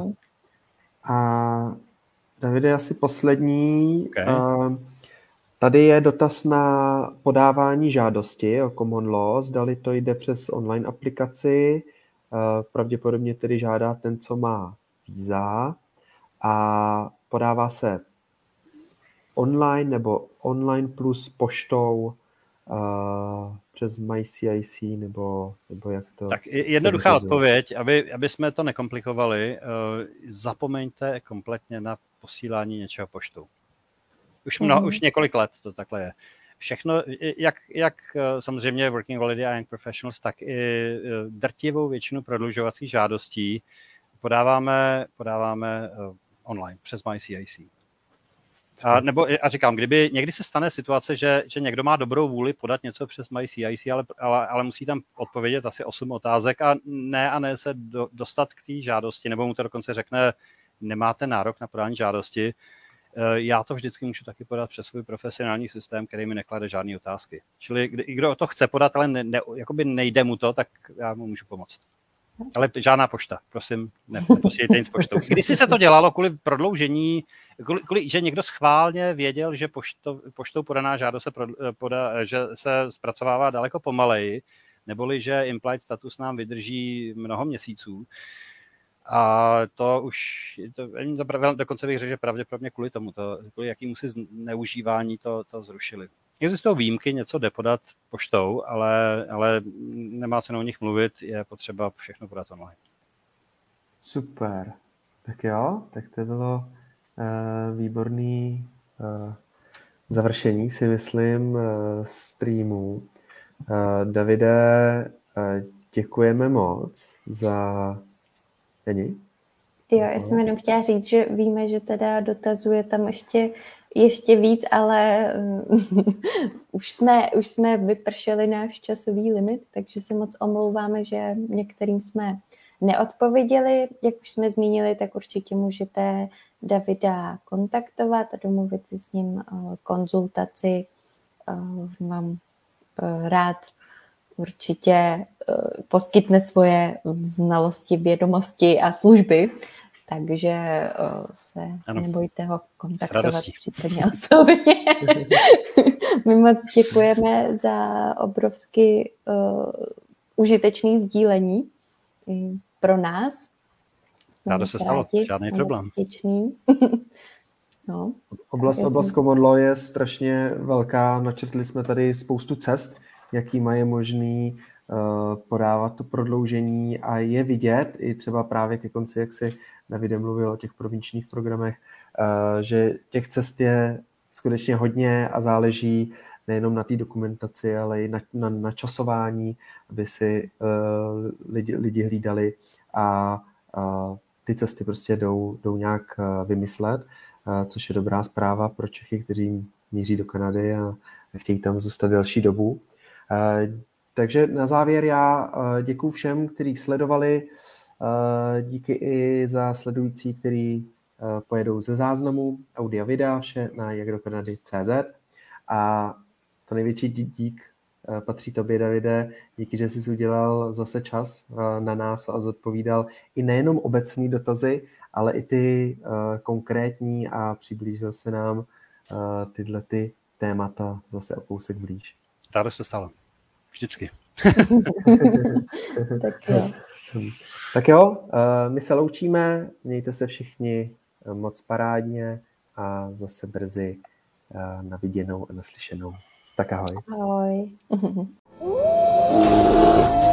A Davide, asi poslední. Okay. Tady je dotaz na podávání žádosti o Common Law. Zdali to jde přes online aplikaci. Pravděpodobně tedy žádá ten, co má víza. A podává se online nebo online plus poštou přes MyCIC nebo jak to... Tak jednoduchá odpověď, aby jsme to nekomplikovali, zapomeňte kompletně na posílání něčeho poštou. Už několik let to takhle je. Všechno, jak samozřejmě Working Holiday a Young Professionals, tak i drtivou většinu prodlužovacích žádostí podáváme online přes MyCIC. A říkám, kdyby někdy se stane situace, že někdo má dobrou vůli podat něco přes MyCIC, ale musí tam odpovědět asi 8 otázek a ne se dostat k té žádosti, nebo mu to dokonce řekne, nemáte nárok na podání žádosti. Já to vždycky můžu taky podat přes svůj profesionální systém, který mi neklade žádné otázky. Čili kdo to chce podat, ale jakoby nejde mu to, tak já mu můžu pomoct. Ale žádná pošta, prosím, neposílejte nic poštou. Když se to dělalo kvůli prodloužení, že někdo schválně věděl, že poštou podaná žádost že se zpracovává daleko pomaleji, neboli že implied status nám vydrží mnoho měsíců. A to už, dokonce bych řekl, že pravděpodobně kvůli tomu, kvůli jakýmusi zneužívání to zrušili. Existují výjimky, něco jde podat poštou, ale nemá cenu o nich mluvit, je potřeba všechno podat online. Super. Tak jo, tak to bylo výborný završení, si myslím, streamu. Davide, děkujeme moc za... Jani? Jo, já jsem jenom chtěla říct, že víme, že teda dotazuje tam ještě víc, ale už jsme vypršeli náš časový limit, takže se moc omlouváme, že některým jsme neodpověděli. Jak už jsme zmínili, tak určitě můžete Davida kontaktovat a domluvit si s ním konzultaci. Vám rád určitě poskytne svoje znalosti, vědomosti a služby, takže se nebojte ho kontaktovat případně osobně. My moc děkujeme za obrovsky užitečné sdílení pro nás. Rádo se stalo, žádný problém. No, Oblast common law je strašně velká. Načrtli jsme tady spoustu cest, jakýma je možný podávat to prodloužení a je vidět i třeba právě ke konci, jak si Davide mluvil o těch provinčních programech, že těch cest je skutečně hodně a záleží nejenom na té dokumentaci, ale i na časování, aby si lidi hlídali a ty cesty prostě jdou nějak vymyslet, což je dobrá zpráva pro Čechy, kteří míří do Kanady a chtějí tam zůstat delší dobu. Takže na závěr já děkuju všem, kteří sledovali, díky i za sledující, kteří pojedou ze záznamu audia videa, vše na jakdokanady.cz a to největší dík patří tobě, Davide, díky, že jsi udělal zase čas na nás a zodpovídal i nejenom obecní dotazy, ale i ty konkrétní a přiblížil se nám tyhle ty témata zase o kousek blíž. Rádo se stalo. Vždycky. Tak jo, my se loučíme, mějte se všichni moc parádně a zase brzy na viděnou a naslyšenou. Tak ahoj. Ahoj.